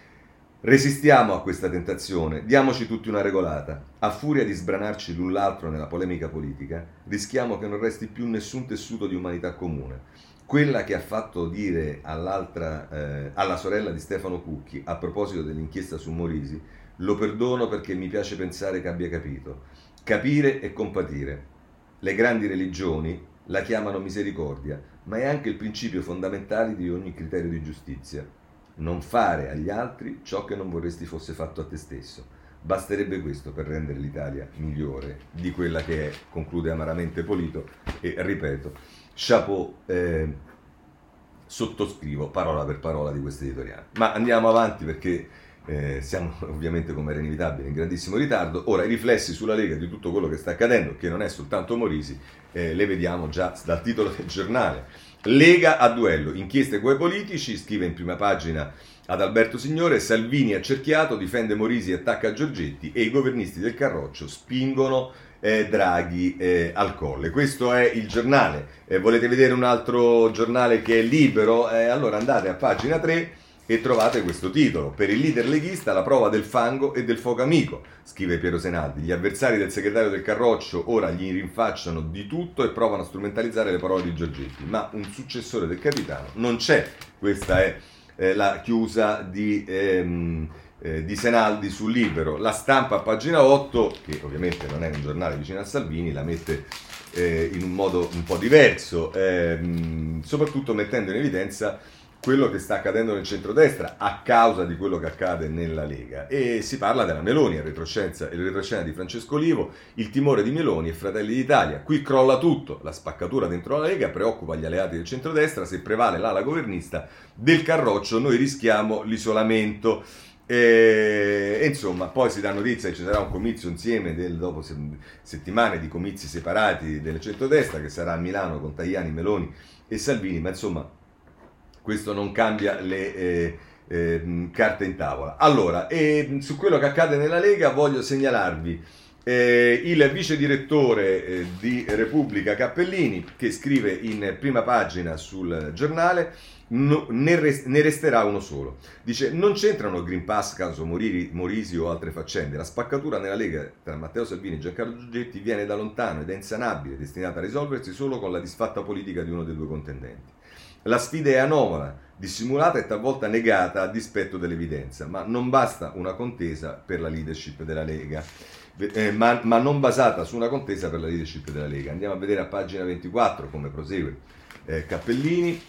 Resistiamo a questa tentazione, diamoci tutti una regolata. A furia di sbranarci l'un l'altro nella polemica politica, rischiamo che non resti più nessun tessuto di umanità comune. Quella che ha fatto dire all'altra, eh, alla sorella di Stefano Cucchi, a proposito dell'inchiesta su Morisi, lo perdono perché mi piace pensare che abbia capito. Capire e compatire. Le grandi religioni la chiamano misericordia, ma è anche il principio fondamentale di ogni criterio di giustizia. Non fare agli altri ciò che non vorresti fosse fatto a te stesso. Basterebbe questo per rendere l'Italia migliore di quella che è, conclude amaramente Polito, e ripeto, chapeau, eh, sottoscrivo parola per parola di questo editoriale. Ma andiamo avanti perché Eh, siamo ovviamente, come era inevitabile, in grandissimo ritardo. Ora, i riflessi sulla Lega di tutto quello che sta accadendo, che non è soltanto Morisi, eh, le vediamo già dal titolo del giornale. Lega a duello, inchieste coi politici, scrive in prima pagina ad Alberto Signore, Salvini accerchiato, difende Morisi e attacca Giorgetti e i governisti del Carroccio spingono eh, Draghi eh, al colle. Questo è il giornale. Eh, volete vedere un altro giornale che è libero? Eh, allora andate a pagina tre e trovate questo titolo: per il leader leghista la prova del fango e del fuoco amico, scrive Piero Senaldi. Gli avversari del segretario del Carroccio ora gli rinfacciano di tutto e provano a strumentalizzare le parole di Giorgetti, ma un successore del capitano non c'è. Questa è eh, la chiusa di, ehm, eh, di Senaldi sul Libero. La Stampa a pagina otto, che ovviamente non è un giornale vicino a Salvini, la mette eh, in un modo un po' diverso, ehm, soprattutto mettendo in evidenza quello che sta accadendo nel centrodestra a causa di quello che accade nella Lega. E si parla della Meloni, il retroscena, il retroscena di Francesco Olivo, il timore di Meloni e Fratelli d'Italia. Qui crolla tutto, la spaccatura dentro la Lega preoccupa gli alleati del centrodestra, se prevale l'ala governista del Carroccio noi rischiamo l'isolamento. E, e insomma, poi si dà notizia che ci sarà un comizio insieme del, dopo se, settimane di comizi separati del centrodestra, che sarà a Milano con Tajani, Meloni e Salvini, ma insomma questo non cambia le eh, eh, carte in tavola. Allora, eh, su quello che accade nella Lega voglio segnalarvi eh, il vice direttore eh, di Repubblica Cappellini, che scrive in prima pagina sul giornale: no, ne, rest- ne resterà uno solo. Dice: non c'entrano Green Pass, caso Moriri, Morisi o altre faccende. La spaccatura nella Lega tra Matteo Salvini e Giancarlo Giorgetti viene da lontano ed è insanabile, destinata a risolversi solo con la disfatta politica di uno dei due contendenti. La sfida è anomala, dissimulata e talvolta negata a dispetto dell'evidenza, ma non basta una contesa per la leadership della Lega, eh, ma, ma non basata su una contesa per la leadership della Lega. Andiamo a vedere a pagina ventiquattro come prosegue eh, Cappellini.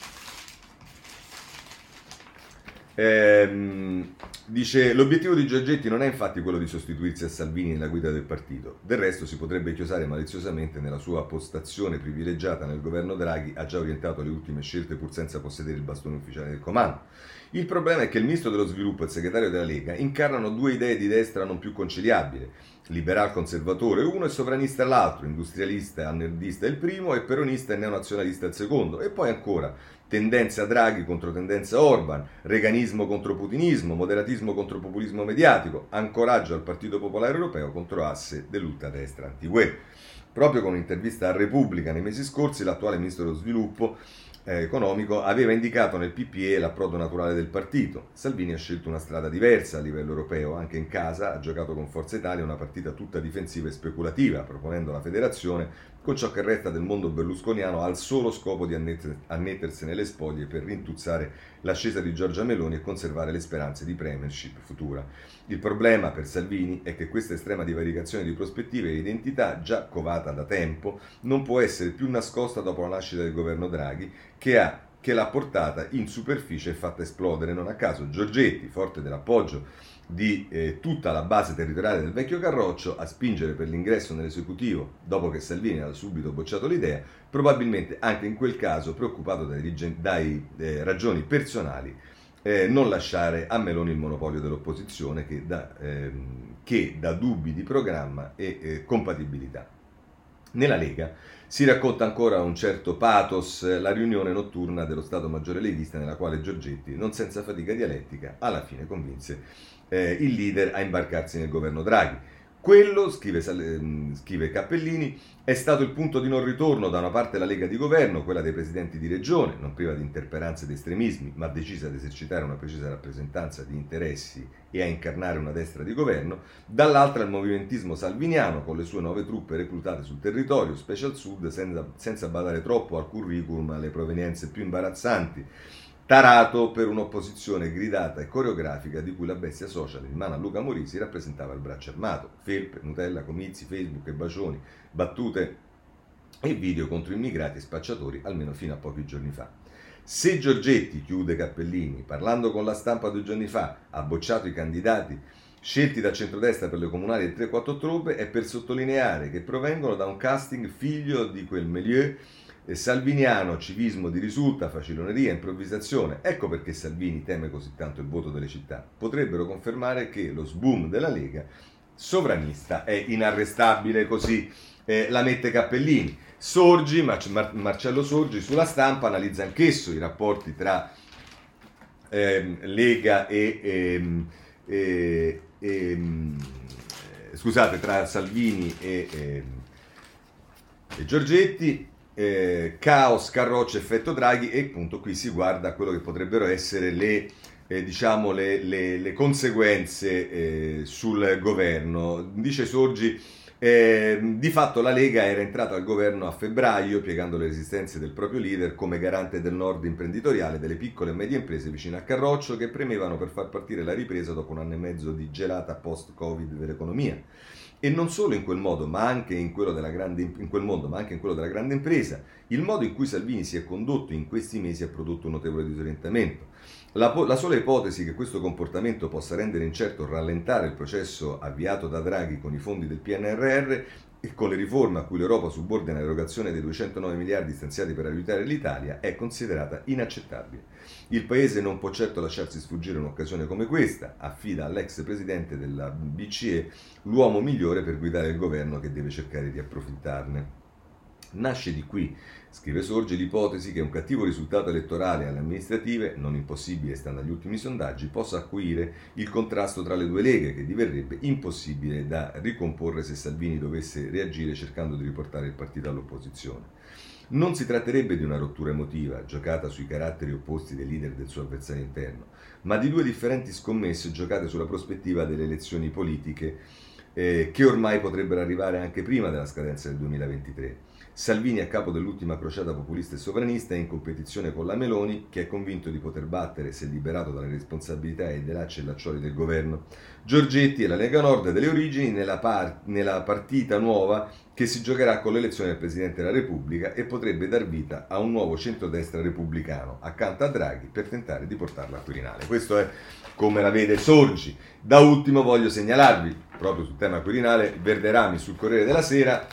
Ehm, dice: l'obiettivo di Giorgetti non è infatti quello di sostituirsi a Salvini nella guida del partito, del resto si potrebbe chiosare maliziosamente nella sua postazione privilegiata nel governo Draghi, ha già orientato le ultime scelte pur senza possedere il bastone ufficiale del comando. Il problema è che il ministro dello sviluppo e il segretario della Lega incarnano due idee di destra non più conciliabili: liberal conservatore uno e sovranista l'altro, industrialista e nerdista il primo e peronista e neonazionalista il secondo, e poi ancora tendenza Draghi contro tendenza Orban, reganismo contro putinismo, moderatismo contro populismo mediatico, ancoraggio al Partito Popolare Europeo contro asse dell'ultradestra anti-U E. Proprio con un'intervista a Repubblica nei mesi scorsi, l'attuale ministro dello sviluppo eh, economico aveva indicato nel P P E l'approdo naturale del partito. Salvini ha scelto una strada diversa a livello europeo, anche in casa ha giocato con Forza Italia una partita tutta difensiva e speculativa, proponendo la federazione con ciò che resta del mondo berlusconiano al solo scopo di annettersene le spoglie per rintuzzare l'ascesa di Giorgia Meloni e conservare le speranze di premiership futura. Il problema per Salvini è che questa estrema divaricazione di prospettive e identità, già covata da tempo, non può essere più nascosta dopo la nascita del governo Draghi, che ha che l'ha portata in superficie e fatta esplodere. Non a caso Giorgetti, forte dell'appoggio di eh, tutta la base territoriale del vecchio Carroccio, a spingere per l'ingresso nell'esecutivo dopo che Salvini aveva subito bocciato l'idea, probabilmente anche in quel caso preoccupato dai, dai eh, ragioni personali, eh, non lasciare a Meloni il monopolio dell'opposizione che dà, ehm, che dà dubbi di programma e eh, compatibilità. Nella Lega si racconta ancora un certo pathos la riunione notturna dello Stato Maggiore leghista, nella quale Giorgetti, non senza fatica dialettica, alla fine convinse eh, il leader a imbarcarsi nel governo Draghi. Quello, scrive, scrive Cappellini, è stato il punto di non ritorno da una parte la Lega di governo, quella dei presidenti di regione, non priva di interperanze ed estremismi, ma decisa ad esercitare una precisa rappresentanza di interessi e a incarnare una destra di governo, dall'altra il movimentismo salviniano con le sue nuove truppe reclutate sul territorio, specie al sud, senza, senza badare troppo al curriculum, alle provenienze più imbarazzanti, tarato per un'opposizione gridata e coreografica di cui la bestia social in mano a Luca Morisi rappresentava il braccio armato. Felpe, Nutella, comizi, Facebook e bacioni, battute e video contro immigrati e spacciatori, almeno fino a pochi giorni fa. Se Giorgetti, chiude Cappellini, parlando con la Stampa due giorni fa, ha bocciato i candidati scelti da centrodestra per le comunali del tre quattro ottobre, è per sottolineare che provengono da un casting figlio di quel milieu eh, salviniano, civismo di risulta, faciloneria, improvvisazione. Ecco perché Salvini teme così tanto il voto delle città. Potrebbero confermare che lo sboom della Lega sovranista è inarrestabile, così eh, la mette Cappellini. Sorgi, Mar- Mar- Marcello Sorgi sulla Stampa analizza anch'esso i rapporti tra eh, Lega e, e, e, e scusate, tra Salvini e, e, e Giorgetti, eh, caos, Carroccio, effetto Draghi, e appunto qui si guarda a quello che potrebbero essere le Eh, diciamo le, le, le conseguenze eh, sul governo. Dice Sorgi, eh, di fatto la Lega era entrata al governo a febbraio piegando le resistenze del proprio leader come garante del nord imprenditoriale delle piccole e medie imprese vicino a Carroccio che premevano per far partire la ripresa dopo un anno e mezzo di gelata post-Covid dell'economia. E non solo in quel modo, ma anche in quello della grande, in quel mondo, ma anche in quello della grande impresa. Il modo in cui Salvini si è condotto in questi mesi ha prodotto un notevole disorientamento. La, la sola ipotesi che questo comportamento possa rendere incerto o rallentare il processo avviato da Draghi con i fondi del P N R R e con le riforme a cui l'Europa subordina l'erogazione dei duecentonove miliardi stanziati per aiutare l'Italia è considerata inaccettabile. Il Paese non può certo lasciarsi sfuggire un'occasione come questa, affida all'ex presidente della B C E l'uomo migliore per guidare il governo che deve cercare di approfittarne. Nasce di qui, scrive Sorge, l'ipotesi che un cattivo risultato elettorale alle amministrative, non impossibile stando agli ultimi sondaggi, possa acuire il contrasto tra le due leghe, che diverrebbe impossibile da ricomporre se Salvini dovesse reagire cercando di riportare il partito all'opposizione. Non si tratterebbe di una rottura emotiva, giocata sui caratteri opposti dei leader del suo avversario interno, ma di due differenti scommesse giocate sulla prospettiva delle elezioni politiche eh, che ormai potrebbero arrivare anche prima della scadenza del duemilaventitré. Salvini, a capo dell'ultima crociata populista e sovranista, è in competizione con la Meloni, che è convinto di poter battere, se liberato dalle responsabilità e dai lacci e laccioli del governo, Giorgetti e la Lega Nord delle origini nella, par- nella partita nuova che si giocherà con l'elezione del Presidente della Repubblica e potrebbe dar vita a un nuovo centrodestra repubblicano, accanto a Draghi, per tentare di portarla al Quirinale. Questo è come la vede Sorgi. Da ultimo voglio segnalarvi, proprio sul tema Quirinale, Verderami sul Corriere della Sera,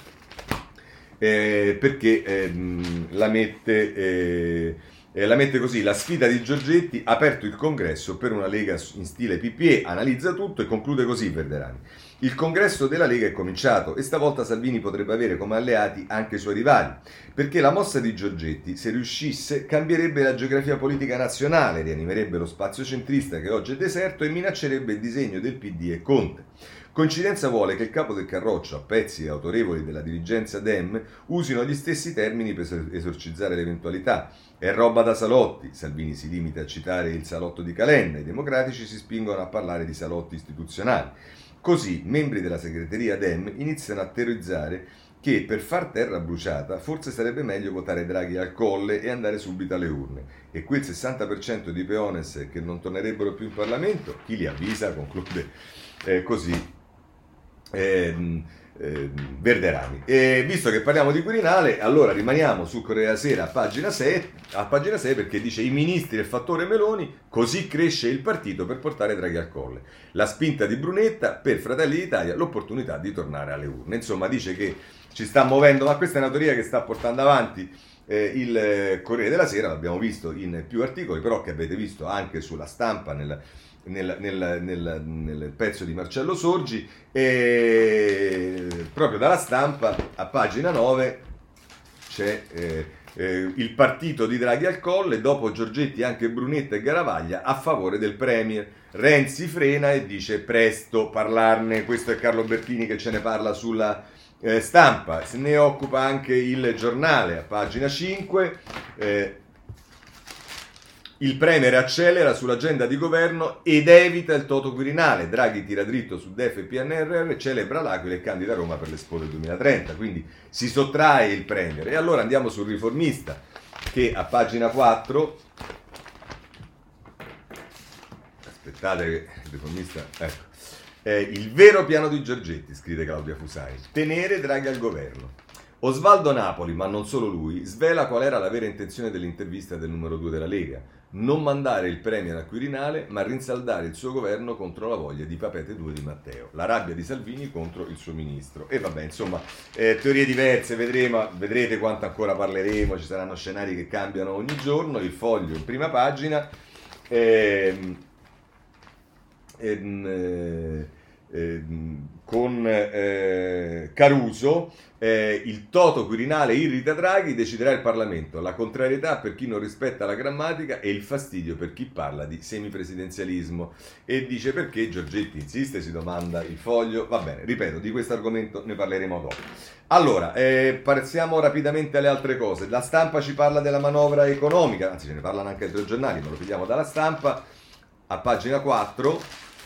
Eh, perché ehm, la, mette, eh, eh, la mette così: la sfida di Giorgetti, aperto il congresso per una Lega in stile P P E, analizza tutto e conclude così Verderami. Il congresso della Lega è cominciato e stavolta Salvini potrebbe avere come alleati anche i suoi rivali, perché la mossa di Giorgetti, se riuscisse, cambierebbe la geografia politica nazionale, rianimerebbe lo spazio centrista che oggi è deserto e minaccerebbe il disegno del P D e Conte. Coincidenza vuole che il capo del Carroccio, a pezzi autorevoli della dirigenza Dem, usino gli stessi termini per esorcizzare l'eventualità. È roba da salotti, Salvini si limita a citare il salotto di Calenda, i democratici si spingono a parlare di salotti istituzionali. Così, membri della segreteria Dem iniziano a teorizzare che per far terra bruciata forse sarebbe meglio votare Draghi al Colle e andare subito alle urne. E quel sessanta per cento di peones che non tornerebbero più in Parlamento, chi li avvisa, conclude eh, così Eh, eh, Verderami. E visto che parliamo di Quirinale, allora rimaniamo sul Corriere della Sera a pagina sei, a pagina sei, perché dice: i ministri del fattore Meloni, così cresce il partito per portare Draghi al Colle. La spinta di Brunetta, per Fratelli d'Italia l'opportunità di tornare alle urne. Insomma, dice che ci sta muovendo, ma questa è una teoria che sta portando avanti eh, il Corriere della Sera, l'abbiamo visto in più articoli, però che avete visto anche sulla Stampa, nel Nel, nel, nel, nel pezzo di Marcello Sorgi, e proprio dalla Stampa a pagina nove c'è eh, eh, il partito di Draghi al Colle, dopo Giorgetti anche Brunetta e Garavaglia a favore del Premier. Renzi frena e dice presto parlarne. Questo è Carlo Bertini che ce ne parla sulla eh, Stampa. Se ne occupa anche il Giornale a pagina cinque. eh, Il Premier accelera sull'agenda di governo ed evita il toto Quirinale. Draghi tira dritto su D E F e P N R R, celebra l'Aquila e candida Roma per l'Expo del duemilatrenta. Quindi si sottrae il Premier. E allora andiamo sul Riformista, che a pagina quattro... Aspettate che il Riformista... Ecco. Eh, il vero piano di Giorgetti, scrive Claudia Fusai. Tenere Draghi al governo. Osvaldo Napoli, ma non solo lui, svela qual era la vera intenzione dell'intervista del numero due della Lega. non mandare il premier al Quirinale, ma rinsaldare il suo governo contro la voglia di Papete due di Matteo. La rabbia di Salvini contro il suo ministro. E vabbè, insomma, eh, teorie diverse, vedremo, vedrete quanto ancora parleremo, ci saranno scenari che cambiano ogni giorno. Il Foglio in prima pagina. Ehm, ehm, eh, eh, con eh, Caruso, eh, il toto Quirinale irrita Draghi, deciderà il Parlamento, la contrarietà per chi non rispetta la grammatica e il fastidio per chi parla di semipresidenzialismo. E dice perché Giorgetti insiste, si domanda il Foglio. Va bene, ripeto, di questo argomento ne parleremo dopo. Allora, eh, passiamo rapidamente alle altre cose. La Stampa ci parla della manovra economica, anzi ce ne parlano anche altri giornali, ma lo pigliamo dalla Stampa, a pagina quattro.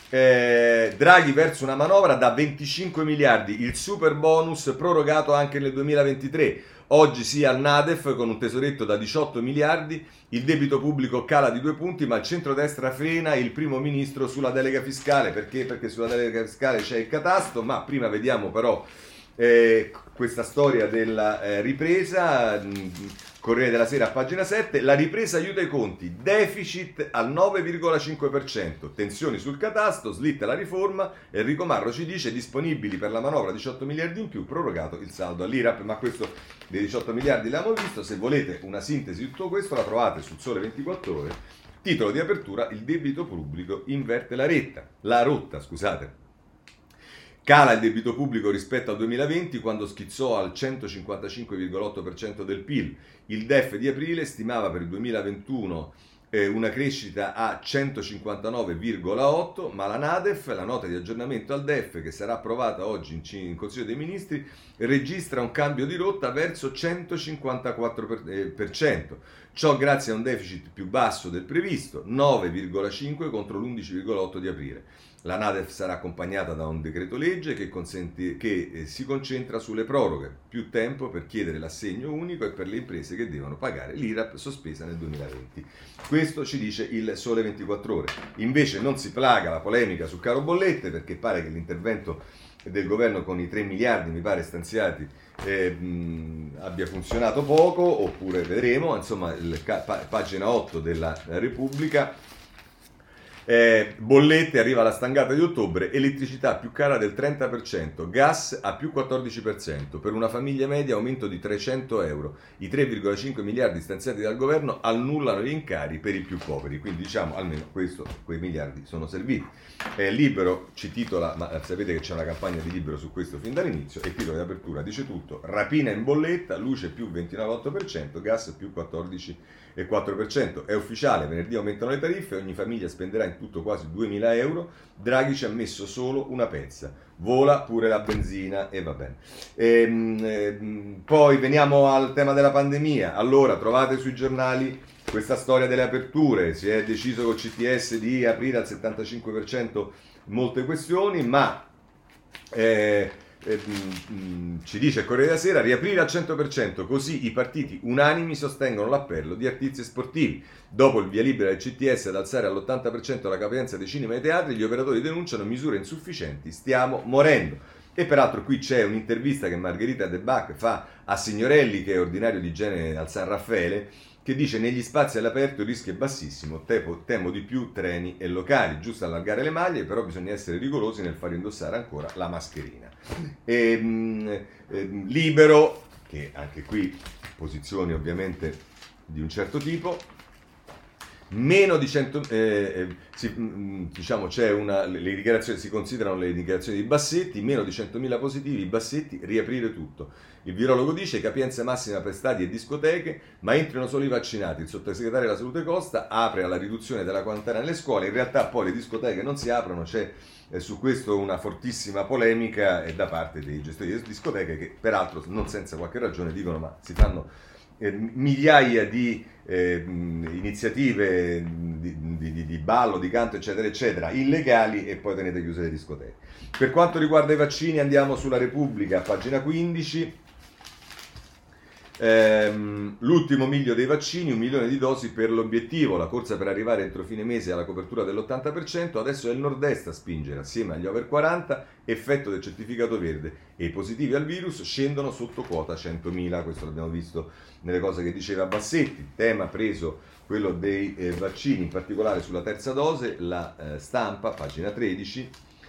Eh, Draghi verso una manovra da venticinque miliardi, il super bonus prorogato anche nel duemilaventitré. Oggi sia al Nadef con un tesoretto da diciotto miliardi, il debito pubblico cala di due punti, ma il centrodestra frena il primo ministro sulla delega fiscale. Perché? Perché sulla delega fiscale c'è il catasto, ma prima vediamo però eh, questa storia della eh, ripresa. Corriere della Sera a pagina sette, la ripresa aiuta i conti, deficit al nove virgola cinque per cento, tensioni sul catasto, slitta la riforma, Enrico Marro ci dice disponibili per la manovra diciotto miliardi in più, prorogato il saldo all'I R A P, ma questo dei diciotto miliardi l'abbiamo visto. Se volete una sintesi di tutto questo la trovate sul Sole ventiquattro Ore, titolo di apertura, il debito pubblico inverte la retta, la rotta, scusate. Cala il debito pubblico rispetto al duemilaventi, quando schizzò al centocinquantacinque virgola otto per cento del P I L. Il D E F di aprile stimava per il duemilaventuno eh, una crescita a centocinquantanove virgola otto, ma la NADEF, la nota di aggiornamento al D E F, che sarà approvata oggi in, in Consiglio dei Ministri, registra un cambio di rotta verso centocinquantaquattro per cento. Ciò grazie a un deficit più basso del previsto, nove virgola cinque contro l'undici virgola otto di aprile. La NADEF sarà accompagnata da un decreto legge che, consente, che eh, si concentra sulle proroghe, più tempo per chiedere l'assegno unico e per le imprese che devono pagare l'I R A P sospesa nel duemilaventi. Questo ci dice il Sole ventiquattro Ore. Invece non si plaga la polemica sul caro bollette, perché pare che l'intervento del governo con i tre miliardi, mi pare, stanziati eh, mh, abbia funzionato poco, oppure vedremo. Insomma, il, pa- pagina otto della Repubblica. Eh, bollette, arriva la stangata di ottobre, elettricità più cara del trenta per cento, gas a più quattordici per cento, per una famiglia media aumento di trecento euro. I tre virgola cinque miliardi stanziati dal governo annullano gli incari per i più poveri, quindi diciamo almeno questo, quei miliardi sono serviti. Eh, Libero ci titola, ma sapete che c'è una campagna di Libero su questo fin dall'inizio, e il titolo di apertura dice tutto: rapina in bolletta, luce più ventinove virgola otto per cento, gas più quattordici virgola quattro per cento. È ufficiale, venerdì aumentano le tariffe, ogni famiglia spenderà in tutto quasi duemila euro. Draghi ci ha messo solo una pezza, vola pure la benzina e va bene. Ehm, ehm, poi veniamo al tema della pandemia. Allora, trovate sui giornali questa storia delle aperture, si è deciso col C T S di aprire al settantacinque per cento molte questioni, ma eh, Eh, mh, ci dice il Corriere della Sera, riaprire al cento per cento, così i partiti unanimi sostengono l'appello di artisti sportivi. Dopo il via libera del C T S ad alzare all'ottanta per cento la capienza dei cinema e dei teatri, gli operatori denunciano misure insufficienti, stiamo morendo. E peraltro qui c'è un'intervista che Margherita De Bach fa a Signorelli, che è ordinario di igiene al San Raffaele, che dice: negli spazi all'aperto il rischio è bassissimo, temo, temo di più treni e locali, giusto allargare le maglie, però bisogna essere rigorosi nel far indossare ancora la mascherina. E, mh, eh, Libero, che anche qui posizioni ovviamente di un certo tipo, meno di cento, eh, si, mh, diciamo c'è una, le dichiarazioni, si considerano le dichiarazioni di Bassetti, meno di centomila positivi, Bassetti, riaprire tutto. Il virologo dice capienza massima per stadi e discoteche, ma entrano solo i vaccinati. Il sottosegretario della Salute Costa apre alla riduzione della quarantena nelle scuole, in realtà poi le discoteche non si aprono, c'è eh, su questo una fortissima polemica eh, da parte dei gestori di discoteche, che peraltro non senza qualche ragione dicono ma si fanno eh, migliaia di eh, iniziative di, di, di ballo, di canto eccetera eccetera illegali, e poi tenete chiuse le discoteche. Per quanto riguarda i vaccini andiamo sulla Repubblica, pagina quindici. Ehm, l'ultimo miglio dei vaccini, un milione di dosi per l'obiettivo, la corsa per arrivare entro fine mese alla copertura dell'ottanta per cento, adesso è il nord-est a spingere assieme agli over quaranta, effetto del certificato verde, e i positivi al virus scendono sotto quota centomila, questo l'abbiamo visto nelle cose che diceva Bassetti, tema preso quello dei eh, vaccini, in particolare sulla terza dose, la eh, Stampa, pagina tredici.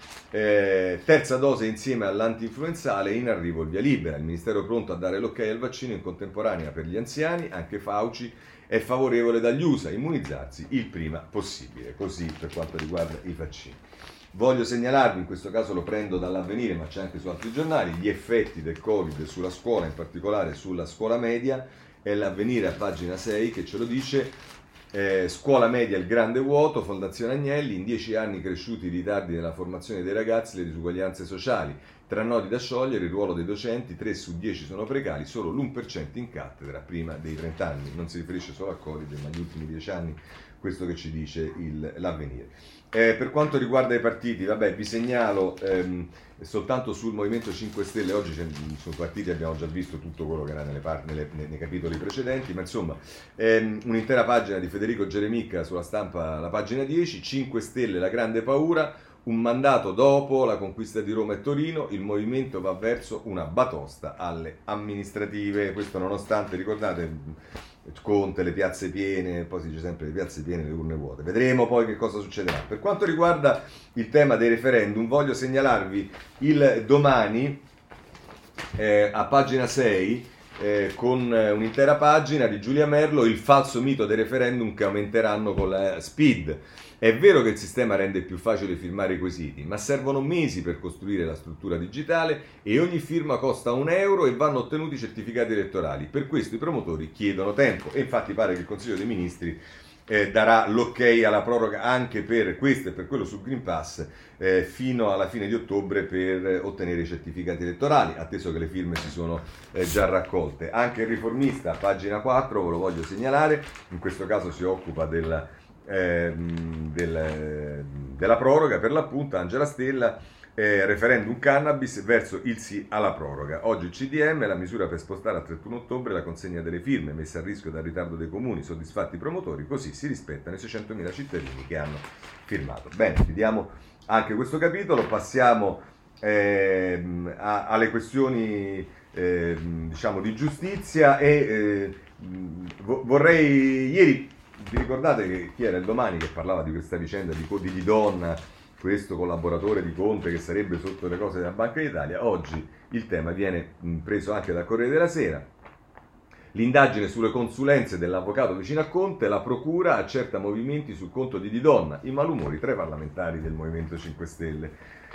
Eh, terza dose insieme all'antinfluenzale, in arrivo il via libera, il ministero è pronto a dare l'ok al vaccino in contemporanea per gli anziani, anche Fauci è favorevole dagli U S A, immunizzarsi il prima possibile, così per quanto riguarda i vaccini. Voglio segnalarvi, in questo caso lo prendo dall'Avvenire ma c'è anche su altri giornali, gli effetti del Covid sulla scuola, in particolare sulla scuola media, è l'Avvenire a pagina sei che ce lo dice. Eh, scuola media il grande vuoto, Fondazione Agnelli, in dieci anni cresciuti i ritardi nella formazione dei ragazzi, le disuguaglianze sociali, tra nodi da sciogliere, il ruolo dei docenti, tre su dieci sono precari, solo l'uno per cento in cattedra prima dei trenta anni, non si riferisce solo al Covid ma agli ultimi dieci anni, questo che ci dice il, l'Avvenire. Eh, per quanto riguarda i partiti, vabbè, vi segnalo ehm, soltanto sul Movimento cinque Stelle, oggi sui partiti abbiamo già visto tutto quello che era nelle par- nelle, nei, nei capitoli precedenti, ma insomma ehm, un'intera pagina di Federico Geremicca sulla Stampa, la pagina dieci, cinque Stelle la grande paura, un mandato dopo la conquista di Roma e Torino, il movimento va verso una batosta alle amministrative, questo nonostante, ricordate, Conte, le piazze piene, poi si dice sempre le piazze piene, le urne vuote. Vedremo poi che cosa succederà. Per quanto riguarda il tema dei referendum, voglio segnalarvi il Domani eh, a pagina sei eh, con un'intera pagina di Giulia Merlo, il falso mito dei referendum che aumenteranno con la Speed. È vero che il sistema rende più facile firmare i quesiti, ma servono mesi per costruire la struttura digitale e ogni firma costa un euro e vanno ottenuti certificati elettorali. Per questo i promotori chiedono tempo e infatti pare che il Consiglio dei Ministri eh, darà l'ok alla proroga anche per questo e per quello sul Green Pass eh, fino alla fine di ottobre per ottenere i certificati elettorali, atteso che le firme si sono eh, già raccolte. Anche il Riformista, pagina quattro, ve lo voglio segnalare, in questo caso si occupa della Eh, del, della proroga, per l'appunto Angela Stella, eh, referendum cannabis verso il sì alla proroga. Oggi il C D M, la misura per spostare al trentuno ottobre la consegna delle firme messa a rischio dal ritardo dei comuni, soddisfatti i promotori, così si rispettano i seicentomila cittadini che hanno firmato. Bene, chiudiamo anche questo capitolo, passiamo eh, a, alle questioni eh, diciamo di giustizia e eh, vorrei ieri. Vi ricordate che chi era il Domani che parlava di questa vicenda di, di Didonna, questo collaboratore di Conte che sarebbe sotto le cose della Banca d'Italia? Oggi il tema viene preso anche dal Corriere della Sera. L'indagine sulle consulenze dell'avvocato vicino a Conte, la procura accerta movimenti sul conto di Didonna, i malumori tra i parlamentari del Movimento cinque Stelle.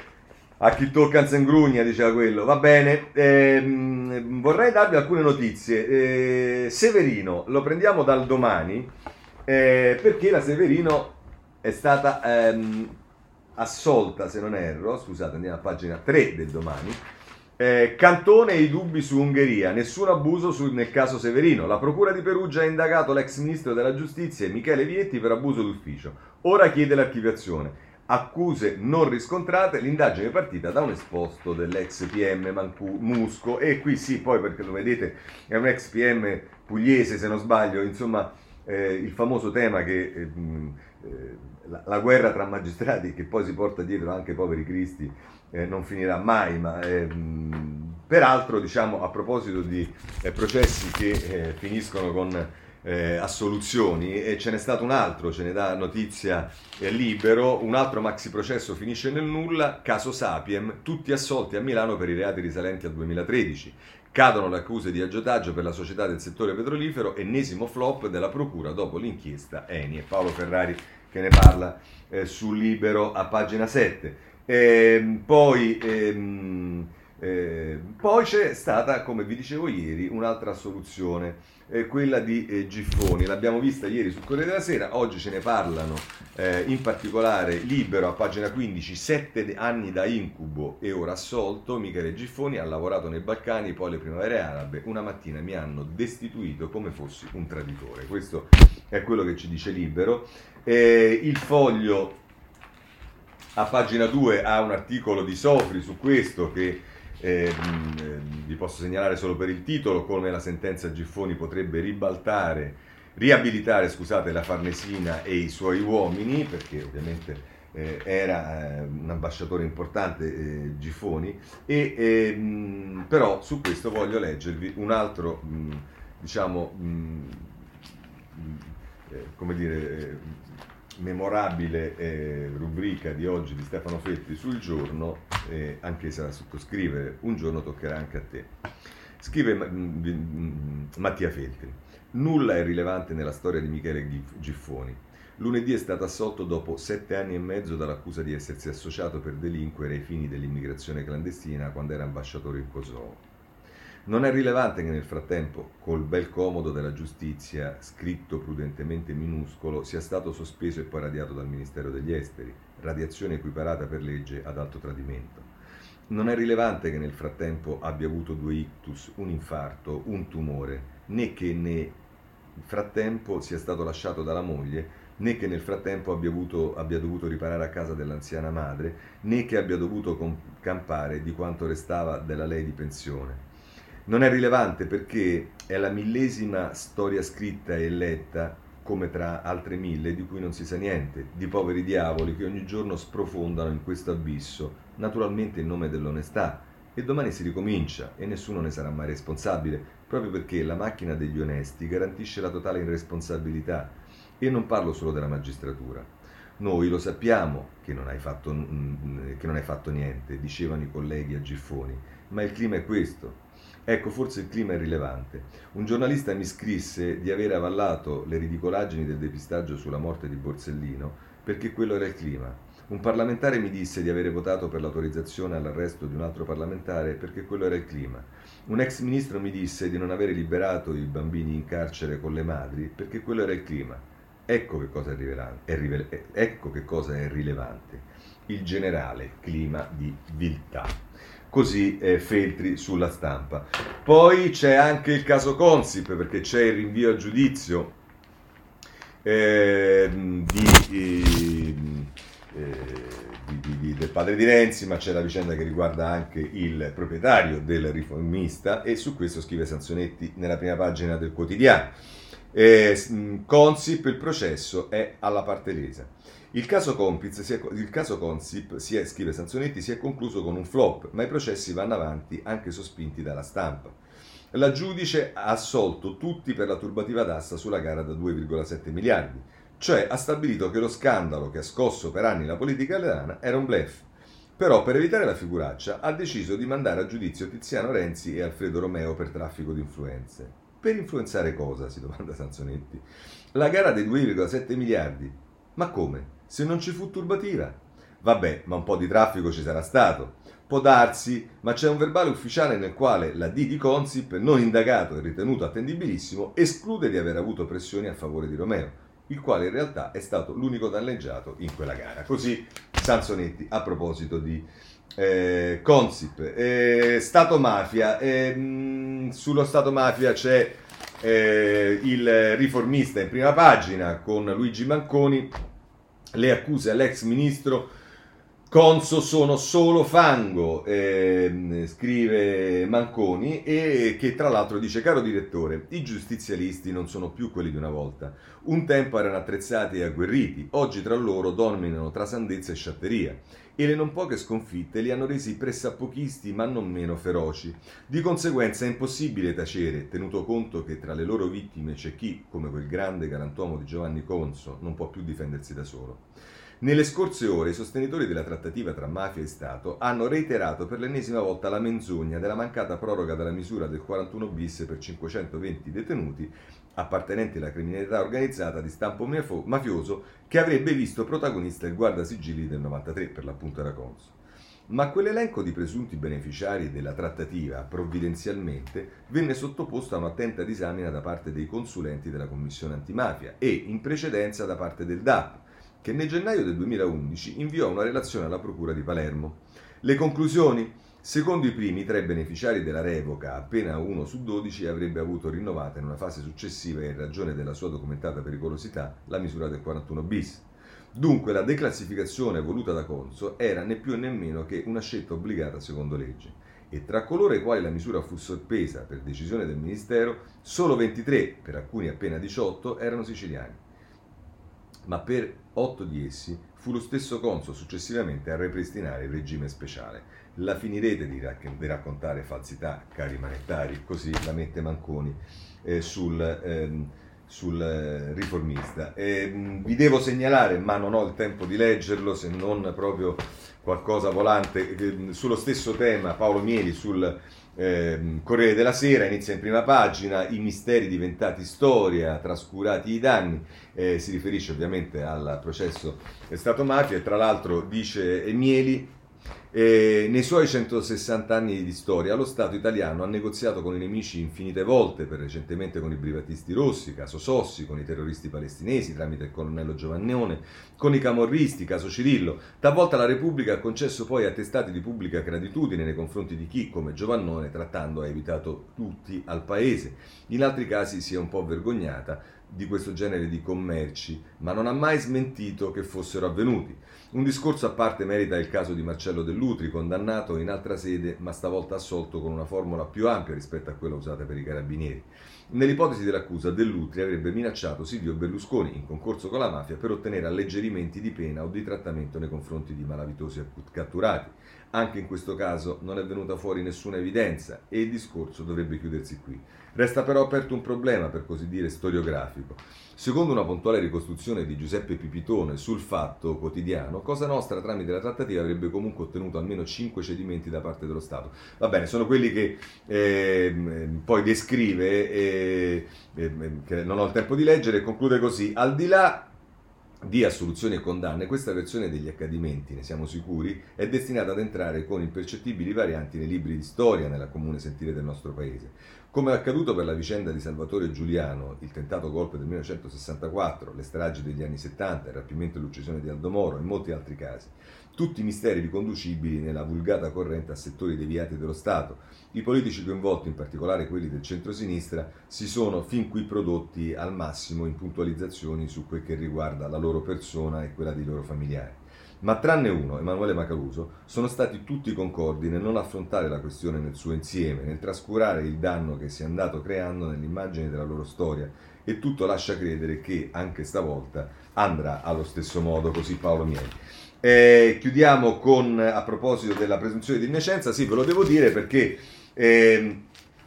A chi tocca Anzengrugna, diceva quello. Va bene, ehm, vorrei darvi alcune notizie. Eh, Severino, lo prendiamo dal Domani, eh, perché la Severino è stata ehm, assolta, se non erro, scusate, andiamo a pagina tre del Domani. Eh, Cantone e i dubbi su Ungheria, nessun abuso sul, nel caso Severino. La procura di Perugia ha indagato l'ex ministro della giustizia Michele Vietti per abuso d'ufficio. Ora chiede l'archiviazione. Accuse non riscontrate, l'indagine è partita da un esposto dell'ex P M Mancu, Musco, e qui sì, poi perché lo vedete è un ex P M pugliese se non sbaglio, insomma eh, il famoso tema che eh, eh, la, la guerra tra magistrati che poi si porta dietro anche poveri cristi eh, non finirà mai, ma eh, peraltro diciamo a proposito di eh, processi che eh, finiscono con Eh, assoluzioni, e ce n'è stato un altro, ce ne dà notizia eh, Libero, un altro maxi processo finisce nel nulla, caso Sapiem, tutti assolti a Milano per i reati risalenti al duemilatredici, cadono le accuse di aggiotaggio per la società del settore petrolifero, ennesimo flop della procura dopo l'inchiesta Eni. E Paolo Ferrari che ne parla eh, su Libero a pagina sette. E poi ehm, eh, poi c'è stata, come vi dicevo ieri, un'altra assoluzione, eh, quella di eh, Giffoni. L'abbiamo vista ieri sul Corriere della Sera, oggi ce ne parlano eh, in particolare Libero a pagina quindici, sette anni da incubo e ora assolto. Michele Giffoni ha lavorato nei Balcani, poi le primavere arabe, una mattina mi hanno destituito come fossi un traditore. Questo è quello che ci dice Libero. Eh, il Foglio a pagina due ha un articolo di Sofri su questo che Eh, mh, vi posso segnalare solo per il titolo come la sentenza Giffoni potrebbe ribaltare, riabilitare scusate, la Farnesina e i suoi uomini, perché ovviamente eh, era eh, un ambasciatore importante eh, Giffoni, e, eh, mh, però su questo voglio leggervi un altro, mh, diciamo, mh, eh, come dire, eh, memorabile eh, rubrica di oggi di Stefano Feltri sul Giorno, eh, anche se da sottoscrivere, un giorno toccherà anche a te. Scrive mh, mh, Mattia Feltri: nulla è rilevante nella storia di Michele Giffoni. Lunedì è stato assolto dopo sette anni e mezzo dall'accusa di essersi associato per delinquere ai fini dell'immigrazione clandestina quando era ambasciatore in Kosovo. Non è rilevante che nel frattempo, col bel comodo della giustizia, scritto prudentemente minuscolo, sia stato sospeso e poi radiato dal Ministero degli Esteri, radiazione equiparata per legge ad alto tradimento. Non è rilevante che nel frattempo abbia avuto due ictus, un infarto, un tumore, né che nel frattempo sia stato lasciato dalla moglie, né che nel frattempo abbia, avuto, abbia dovuto riparare a casa dell'anziana madre, né che abbia dovuto campare di quanto restava della lei di pensione. Non è rilevante perché è la millesima storia scritta e letta, come tra altre mille, di cui non si sa niente, di poveri diavoli che ogni giorno sprofondano in questo abisso, naturalmente in nome dell'onestà, e domani si ricomincia e nessuno ne sarà mai responsabile, proprio perché la macchina degli onesti garantisce la totale irresponsabilità. E non parlo solo della magistratura. Noi lo sappiamo che non hai fatto, che non hai fatto niente, dicevano i colleghi a Giffoni, ma il clima è questo. Ecco, forse il clima è rilevante. Un giornalista mi scrisse di aver avallato le ridicolaggini del depistaggio sulla morte di Borsellino perché quello era il clima. Un parlamentare mi disse di avere votato per l'autorizzazione all'arresto di un altro parlamentare perché quello era il clima. Un ex ministro mi disse di non avere liberato i bambini in carcere con le madri perché quello era il clima. Ecco che cosa è rilevante. È rive- ecco che cosa è rilevante. Il generale clima di viltà. Così eh, Feltri sulla Stampa. Poi c'è anche il caso Consip, perché c'è il rinvio a giudizio eh, di, eh, di, di, di, del padre di Renzi, ma c'è la vicenda che riguarda anche il proprietario del Riformista, e su questo scrive Sansonetti nella prima pagina del quotidiano. Eh, Consip, il processo è alla parte lesa. Il caso, Compiz, si è, il caso Consip, si è, scrive Sansonetti, si è concluso con un flop, ma i processi vanno avanti anche sospinti dalla stampa. La giudice ha assolto tutti per la turbativa d'asta sulla gara da due virgola sette miliardi, cioè ha stabilito che lo scandalo che ha scosso per anni la politica italiana era un bluff. Però per evitare la figuraccia ha deciso di mandare a giudizio Tiziano Renzi e Alfredo Romeo per traffico di influenze. Per influenzare cosa, si domanda Sansonetti? La gara dei due virgola sette miliardi. Ma come? Se non ci fu turbativa? Vabbè, ma un po' di traffico ci sarà stato. Può darsi, ma c'è un verbale ufficiale nel quale la D di Consip, non indagato e ritenuto attendibilissimo, esclude di aver avuto pressioni a favore di Romeo, il quale in realtà è stato l'unico danneggiato in quella gara. Così Sansonetti a proposito di eh, Consip. Eh, Stato Mafia. Eh, mh, sullo Stato Mafia c'è eh, il Riformista in prima pagina con Luigi Manconi. Le accuse all'ex ministro Conso sono solo fango, eh, scrive Manconi, e che tra l'altro dice: caro direttore, i giustizialisti non sono più quelli di una volta. Un tempo erano attrezzati e agguerriti, oggi tra loro dominano trasandezza e sciatteria, e le non poche sconfitte li hanno resi pressappochisti ma non meno feroci. Di conseguenza è impossibile tacere, tenuto conto che tra le loro vittime c'è chi, come quel grande galantuomo di Giovanni Conso, non può più difendersi da solo. Nelle scorse ore i sostenitori della trattativa tra mafia e Stato hanno reiterato per l'ennesima volta la menzogna della mancata proroga della misura del quarantuno bis per cinquecentoventi detenuti appartenenti alla criminalità organizzata di stampo mafioso, che avrebbe visto protagonista il guardasigilli del novantatré, per l'appunto era Conso. Ma quell'elenco di presunti beneficiari della trattativa provvidenzialmente venne sottoposto a un'attenta disamina da parte dei consulenti della Commissione Antimafia e in precedenza da parte del D A P, che nel gennaio del duemilaundici inviò una relazione alla Procura di Palermo. Le conclusioni? Secondo i primi, tra i beneficiari della revoca, appena uno su dodici avrebbe avuto rinnovata in una fase successiva e in ragione della sua documentata pericolosità la misura del quarantuno bis. Dunque la declassificazione voluta da Conso era né più né meno che una scelta obbligata secondo legge. e tra coloro ai quali la misura fu sospesa per decisione del Ministero, solo ventitré, per alcuni appena diciotto, erano siciliani. Ma per otto di essi fu lo stesso Conso successivamente a ripristinare il regime speciale. La finirete di, rac- di raccontare falsità, cari manettari, così la mette Manconi eh, sul... Ehm, sul eh, Riformista. E, mh, vi devo segnalare, ma non ho il tempo di leggerlo, se non proprio qualcosa volante, eh, sullo stesso tema, Paolo Mieli sul eh, Corriere della Sera, inizia in prima pagina, i misteri diventati storia, trascurati i danni, eh, si riferisce ovviamente al processo Stato-mafia e tra l'altro dice eh, Mieli, Eh, nei suoi centosessanta anni di storia lo Stato italiano ha negoziato con i nemici infinite volte, per recentemente con i privatisti rossi, caso Sossi, con i terroristi palestinesi tramite il colonnello Giovannone, con i camorristi, caso Cirillo. Talvolta la Repubblica ha concesso poi attestati di pubblica gratitudine nei confronti di chi, come Giovannone, trattando ha evitato tutti al paese. In altri casi si è un po' vergognata di questo genere di commerci, ma non ha mai smentito che fossero avvenuti. Un discorso a parte merita il caso di Marcello Dell'Utri, condannato in altra sede, ma stavolta assolto con una formula più ampia rispetto a quella usata per i carabinieri. Nell'ipotesi dell'accusa, Dell'Utri avrebbe minacciato Silvio Berlusconi in concorso con la mafia per ottenere alleggerimenti di pena o di trattamento nei confronti di malavitosi catturati. Anche in questo caso non è venuta fuori nessuna evidenza e il discorso dovrebbe chiudersi qui. Resta però aperto un problema, per così dire, storiografico. Secondo una puntuale ricostruzione di Giuseppe Pipitone sul Fatto Quotidiano, Cosa Nostra tramite la trattativa avrebbe comunque ottenuto almeno cinque cedimenti da parte dello Stato. Va bene, sono quelli che eh, poi descrive, eh, eh, che non ho il tempo di leggere, e conclude così: al di là di assoluzioni e condanne, questa versione degli accadimenti, ne siamo sicuri, è destinata ad entrare con impercettibili varianti nei libri di storia, nella comune sentire del nostro paese. Come è accaduto per la vicenda di Salvatore Giuliano, il tentato golpe del millenovecentosessantaquattro, le stragi degli anni settanta, il rapimento e l'uccisione di Aldo Moro e molti altri casi. Tutti misteri riconducibili nella vulgata corrente a settori deviati dello Stato. I politici coinvolti, in particolare quelli del centrosinistra, si sono fin qui prodotti al massimo in puntualizzazioni su quel che riguarda la loro persona e quella dei loro familiari. Ma tranne uno, Emanuele Macaluso, sono stati tutti concordi nel non affrontare la questione nel suo insieme, nel trascurare il danno che si è andato creando nell'immagine della loro storia, e tutto lascia credere che anche stavolta andrà allo stesso modo, così Paolo Mieli. Eh, chiudiamo con, a proposito della presunzione di innocenza, sì, ve lo devo dire perché eh,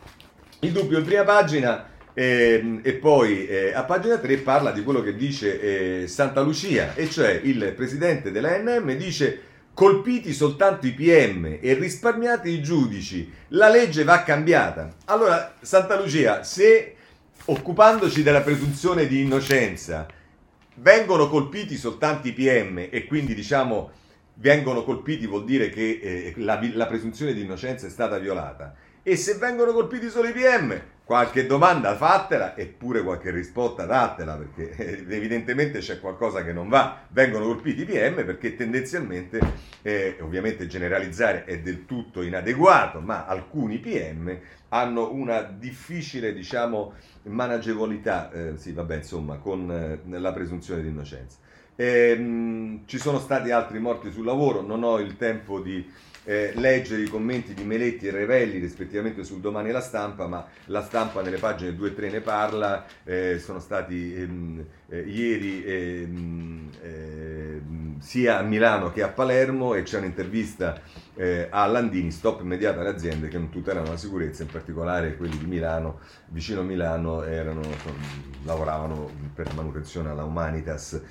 il dubbio in prima pagina eh, e poi eh, a pagina tre parla di quello che dice eh, Santa Lucia, e cioè il presidente della A N M dice: colpiti soltanto i P M e risparmiati i giudici, la legge va cambiata. Allora, Santa Lucia, se occupandoci della presunzione di innocenza vengono colpiti soltanto i P M e quindi diciamo vengono colpiti vuol dire che eh, la, la presunzione di innocenza è stata violata, e se vengono colpiti solo i P M qualche domanda fatela e pure qualche risposta datela, perché eh, evidentemente c'è qualcosa che non va. Vengono colpiti i P M perché tendenzialmente eh, ovviamente generalizzare è del tutto inadeguato, ma alcuni P M hanno una difficile, diciamo, managevolità, eh, sì, vabbè, insomma, con eh, la presunzione di innocenza. E, mh, ci sono stati altri morti sul lavoro, non ho il tempo di eh, leggere i commenti di Meletti e Revelli rispettivamente sul Domani e la Stampa, ma la Stampa nelle pagine due e tre ne parla. Eh, sono stati ehm, eh, ieri ehm, ehm, sia a Milano che a Palermo, e c'è un'intervista eh, a Landini, stop immediato alle aziende che non tutelano la sicurezza, in particolare quelli di Milano, vicino a Milano, erano, lavoravano per manutenzione alla Humanitas.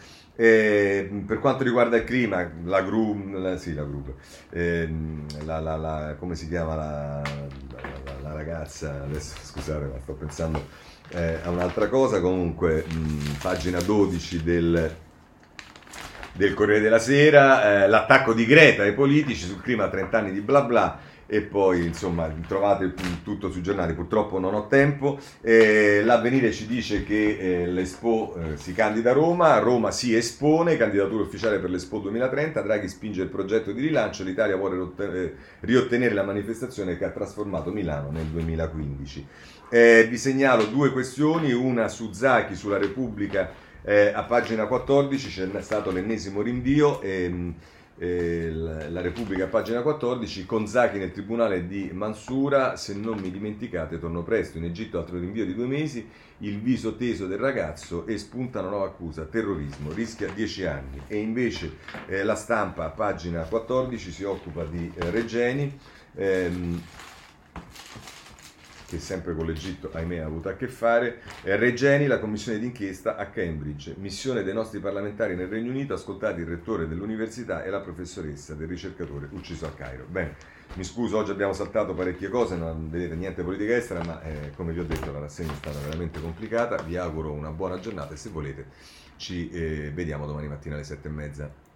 Eh, per quanto riguarda il clima, la gru, la, sì, la, gru, eh, la, la, la come si chiama la, la, la ragazza, adesso scusate ma sto pensando eh, a un'altra cosa, comunque mh, pagina dodici del, del Corriere della Sera, eh, l'attacco di Greta ai politici sul clima, trenta anni di bla bla. E poi insomma trovate tutto sui giornali, purtroppo non ho tempo. Eh, L'Avvenire ci dice che eh, l'Expo eh, si candida a Roma, Roma si espone, candidatura ufficiale per l'Expo duemilatrenta, Draghi spinge il progetto di rilancio, l'Italia vuole rotte- riottenere la manifestazione che ha trasformato Milano nel duemilaquindici. Eh, vi segnalo due questioni, una su Zaki, sulla Repubblica, eh, a pagina quattordici c'è stato l'ennesimo rinvio. Ehm, Eh, la, la Repubblica, pagina quattordici, con Zaki nel tribunale di Mansura, se non mi dimenticate torno presto, in Egitto altro rinvio di due mesi, il viso teso del ragazzo e spunta una nuova accusa, terrorismo, rischia dieci anni. E invece eh, la Stampa, pagina quattordici, si occupa di eh, Regeni, ehm, che sempre con l'Egitto, ahimè, ha avuto a che fare. Eh, Regeni, la commissione d'inchiesta a Cambridge, missione dei nostri parlamentari nel Regno Unito, ascoltati il rettore dell'università e la professoressa del ricercatore ucciso a Cairo. Bene, mi scuso, oggi abbiamo saltato parecchie cose, non vedete niente politica estera, ma eh, come vi ho detto la rassegna è stata veramente complicata. Vi auguro una buona giornata e se volete ci eh, vediamo domani mattina alle sette e mezza.